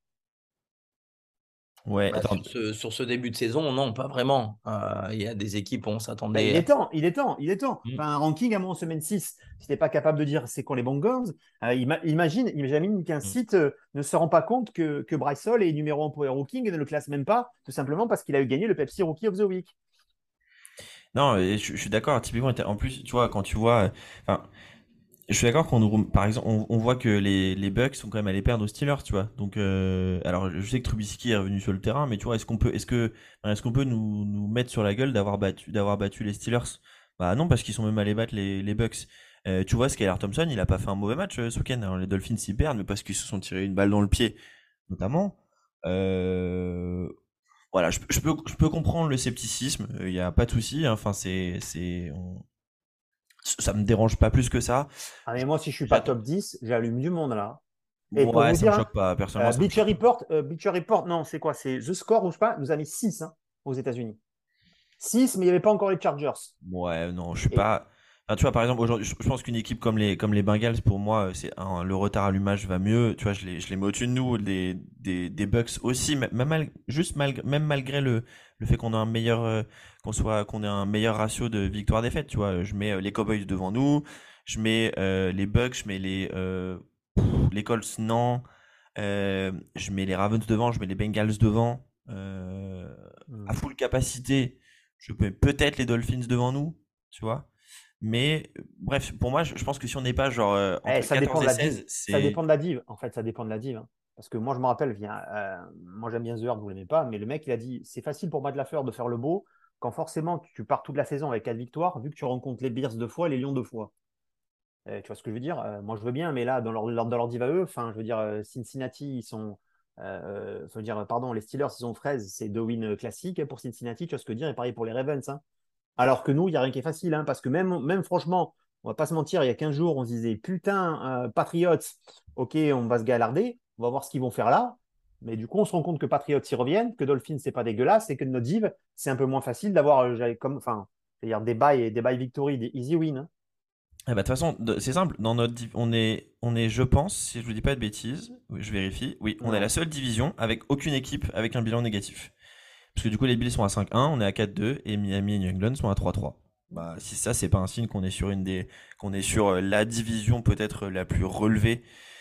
Ouais, Bah, attends. sur ce, sur ce début de saison, non, pas vraiment. Euh, Il y a des équipes où on Ben, il s'attendait. est temps, il est temps, il est temps. Mm. Enfin, un ranking à mon semaine six, si tu n'es pas capable de dire c'est quoi les bons guns, euh, ima- imagine, imagine qu'un Mm. site euh, ne se rend pas compte que, que Bryce Hall est numéro un Power Ranking et ne le classe même pas, tout simplement parce qu'il a eu gagné le Pepsi Rookie of the Week. Non, et je, je suis d'accord. Typiquement, en plus, tu vois, quand tu vois, euh, enfin, je suis d'accord qu'on nous, par exemple, on, on voit que les, les Bucks sont quand même allés perdre aux Steelers, tu vois. Donc, euh, alors, je sais que Trubisky est revenu sur le terrain, mais tu vois, est-ce qu'on peut, est-ce que, enfin, est-ce qu'on peut nous, nous mettre sur la gueule d'avoir battu, d'avoir battu les Steelers? Bah non, parce qu'ils sont même allés battre les, les Bucks. Euh, tu vois, Skylar Thompson, il a pas fait un mauvais match euh, ce week-end. Alors, les Dolphins s'y perdent, mais parce qu'ils se sont tirés une balle dans le pied, notamment. Euh, voilà, je, je peux, je peux comprendre le scepticisme. Il n'y a pas de souci. hein. Enfin, c'est, c'est, on- ça me dérange pas plus que ça. Ah, mais moi, si je suis pas J'attends. top dix, j'allume du monde là. Et pour Ouais, vous ça me dire, hein, choque pas. Personnellement, euh, ça me Bleacher choque Report, euh, Bleacher Report, non, c'est quoi? C'est The Score ou je sais pas, nous a mis six hein, aux États-Unis. six, mais il n'y avait pas encore les Chargers. Ouais, non, je suis Et pas. Enfin, tu vois, par exemple, aujourd'hui, je je pense qu'une équipe comme les, comme les Bengals, pour moi, c'est un, le retard à l'allumage va mieux. Tu vois, je les, je les mets au-dessus de nous, des, des, des Bucks aussi, même, même mal- juste malgré, même malgré le, le fait qu'on a un meilleur, euh, qu'on soit, qu'on ait un meilleur ratio de victoire-défaite. Tu vois, je mets euh, les Cowboys devant nous, je mets euh, les Bucks, je mets les, euh, pff, les Colts, non, Euh, je mets les Ravens devant, je mets les Bengals devant, euh, à Hmm. full capacité. Je mets peut-être les Dolphins devant nous, tu vois. Mais euh, bref, pour moi, je, je pense que si on n'est pas genre euh, Eh, entre ça dépend quatorze de et la div. seize, Ça dépend c'est. de la div. En fait, ça dépend de la div. hein. Parce que moi, je me rappelle, viens, euh, moi j'aime bien The Herd, vous l'aimez pas, mais le mec, il a dit c'est facile pour Matt Lafleur de faire le beau quand forcément tu pars toute la saison avec quatre victoires, vu que tu rencontres les Bears deux fois et les Lions deux fois. Euh, tu vois ce que je veux dire? Euh, Moi, je veux bien, mais là, dans leur, leur- dans leur div à eux, enfin, je veux dire, euh, Cincinnati, ils sont. Euh, je veux dire, pardon, les Steelers, ils ont fraise, c'est deux wins classiques pour Cincinnati, tu vois ce que je veux dire, et pareil pour les Ravens. hein. Alors que nous, il n'y a rien qui est facile, hein, parce que même, même franchement, on va pas se mentir, il y a quinze jours, on se disait putain, euh, Patriots, ok, on va se galarder, on va voir ce qu'ils vont faire là. Mais du coup, on se rend compte que Patriots y reviennent, que Dolphins, c'est pas dégueulasse, et que notre div, c'est un peu moins facile d'avoir euh, j'allais comme, enfin, c'est-à-dire des buys et des buys victory, des easy wins. hein. Ah bah, de toute façon, de- c'est simple. Dans notre, div- on est, on est, je pense, si je vous dis pas de bêtises, oui, je vérifie. Oui, on est Non. la seule division avec aucune équipe avec un bilan négatif. Parce que du coup, les Bills sont à cinq un, on est à quatre deux, et Miami et New England sont à trois trois. Bah, si ça, c'est pas un signe qu'on est sur une des, qu'on est sur euh, la division peut-être la plus relevée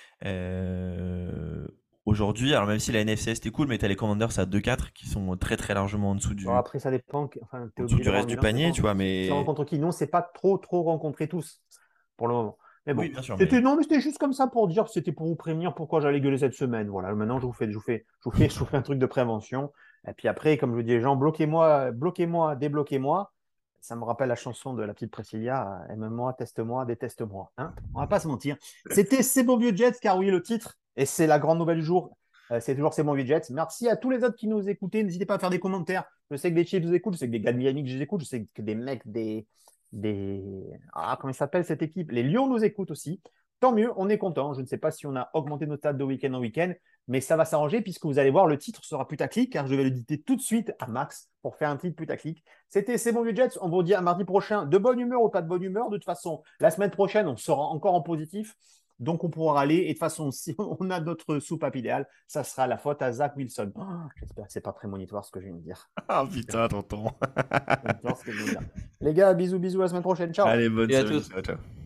euh, aujourd'hui. Alors même si la N F C c'était cool, mais t'as les Commanders à deux quatre qui sont très très largement en dessous du, Bon, après, ça dépend, que- enfin, tu en es dessous obligé du d'avoir un reste du bilan, ça panier, dépend tu vois. qui Mais rencontre qui. Non, c'est pas trop, trop rencontré tous, pour le moment. Mais bon, oui, bien sûr. c'était Mais non, mais c'était juste comme ça pour dire, c'était pour vous prévenir pourquoi j'allais gueuler cette semaine. Voilà, maintenant je vous fais, je vous fais, je vous fais, je vous fais un truc de prévention. Et puis après, comme je vous dis, les gens, bloquez-moi, bloquez-moi, débloquez-moi. Ça me rappelle la chanson de la petite Priscilla, aime-moi, teste-moi, déteste-moi. Hein On va pas se mentir. C'était C'est bon vieux Jets, car oui, le titre, et c'est la grande nouvelle du jour. Euh, c'est toujours C'est bon vieux Jets. Merci à tous les autres qui nous écoutaient. N'hésitez pas à faire des commentaires. Je sais que des chips vous écoutent, je sais que des gars de Miami que je les écoute, je sais que des mecs des des. Ah, comment il s'appelle cette équipe? Les Lions nous écoutent aussi. Tant mieux, on est content. Je ne sais pas si on a augmenté nos stades de week-end en week-end, mais ça va s'arranger puisque vous allez voir, le titre sera putaclic, car je vais le dicter tout de suite à Max pour faire un titre putaclic. C'était C'est bon vieux Jets. On vous dit à mardi prochain, de bonne humeur ou pas de bonne humeur. De toute façon, la semaine prochaine, on sera encore en positif. Donc, on pourra aller. Et de toute façon, si on a notre soupape idéale, ça sera la faute à Zach Wilson. Oh, j'espère que c'est pas prémonitoire ce que je viens de dire. ah putain, tonton. Prémonitoire ce que je viens de dire. Les gars, bisous, bisous, à la semaine prochaine. Ciao. Allez, bonne Et à semaine. tous. Ciao, ciao.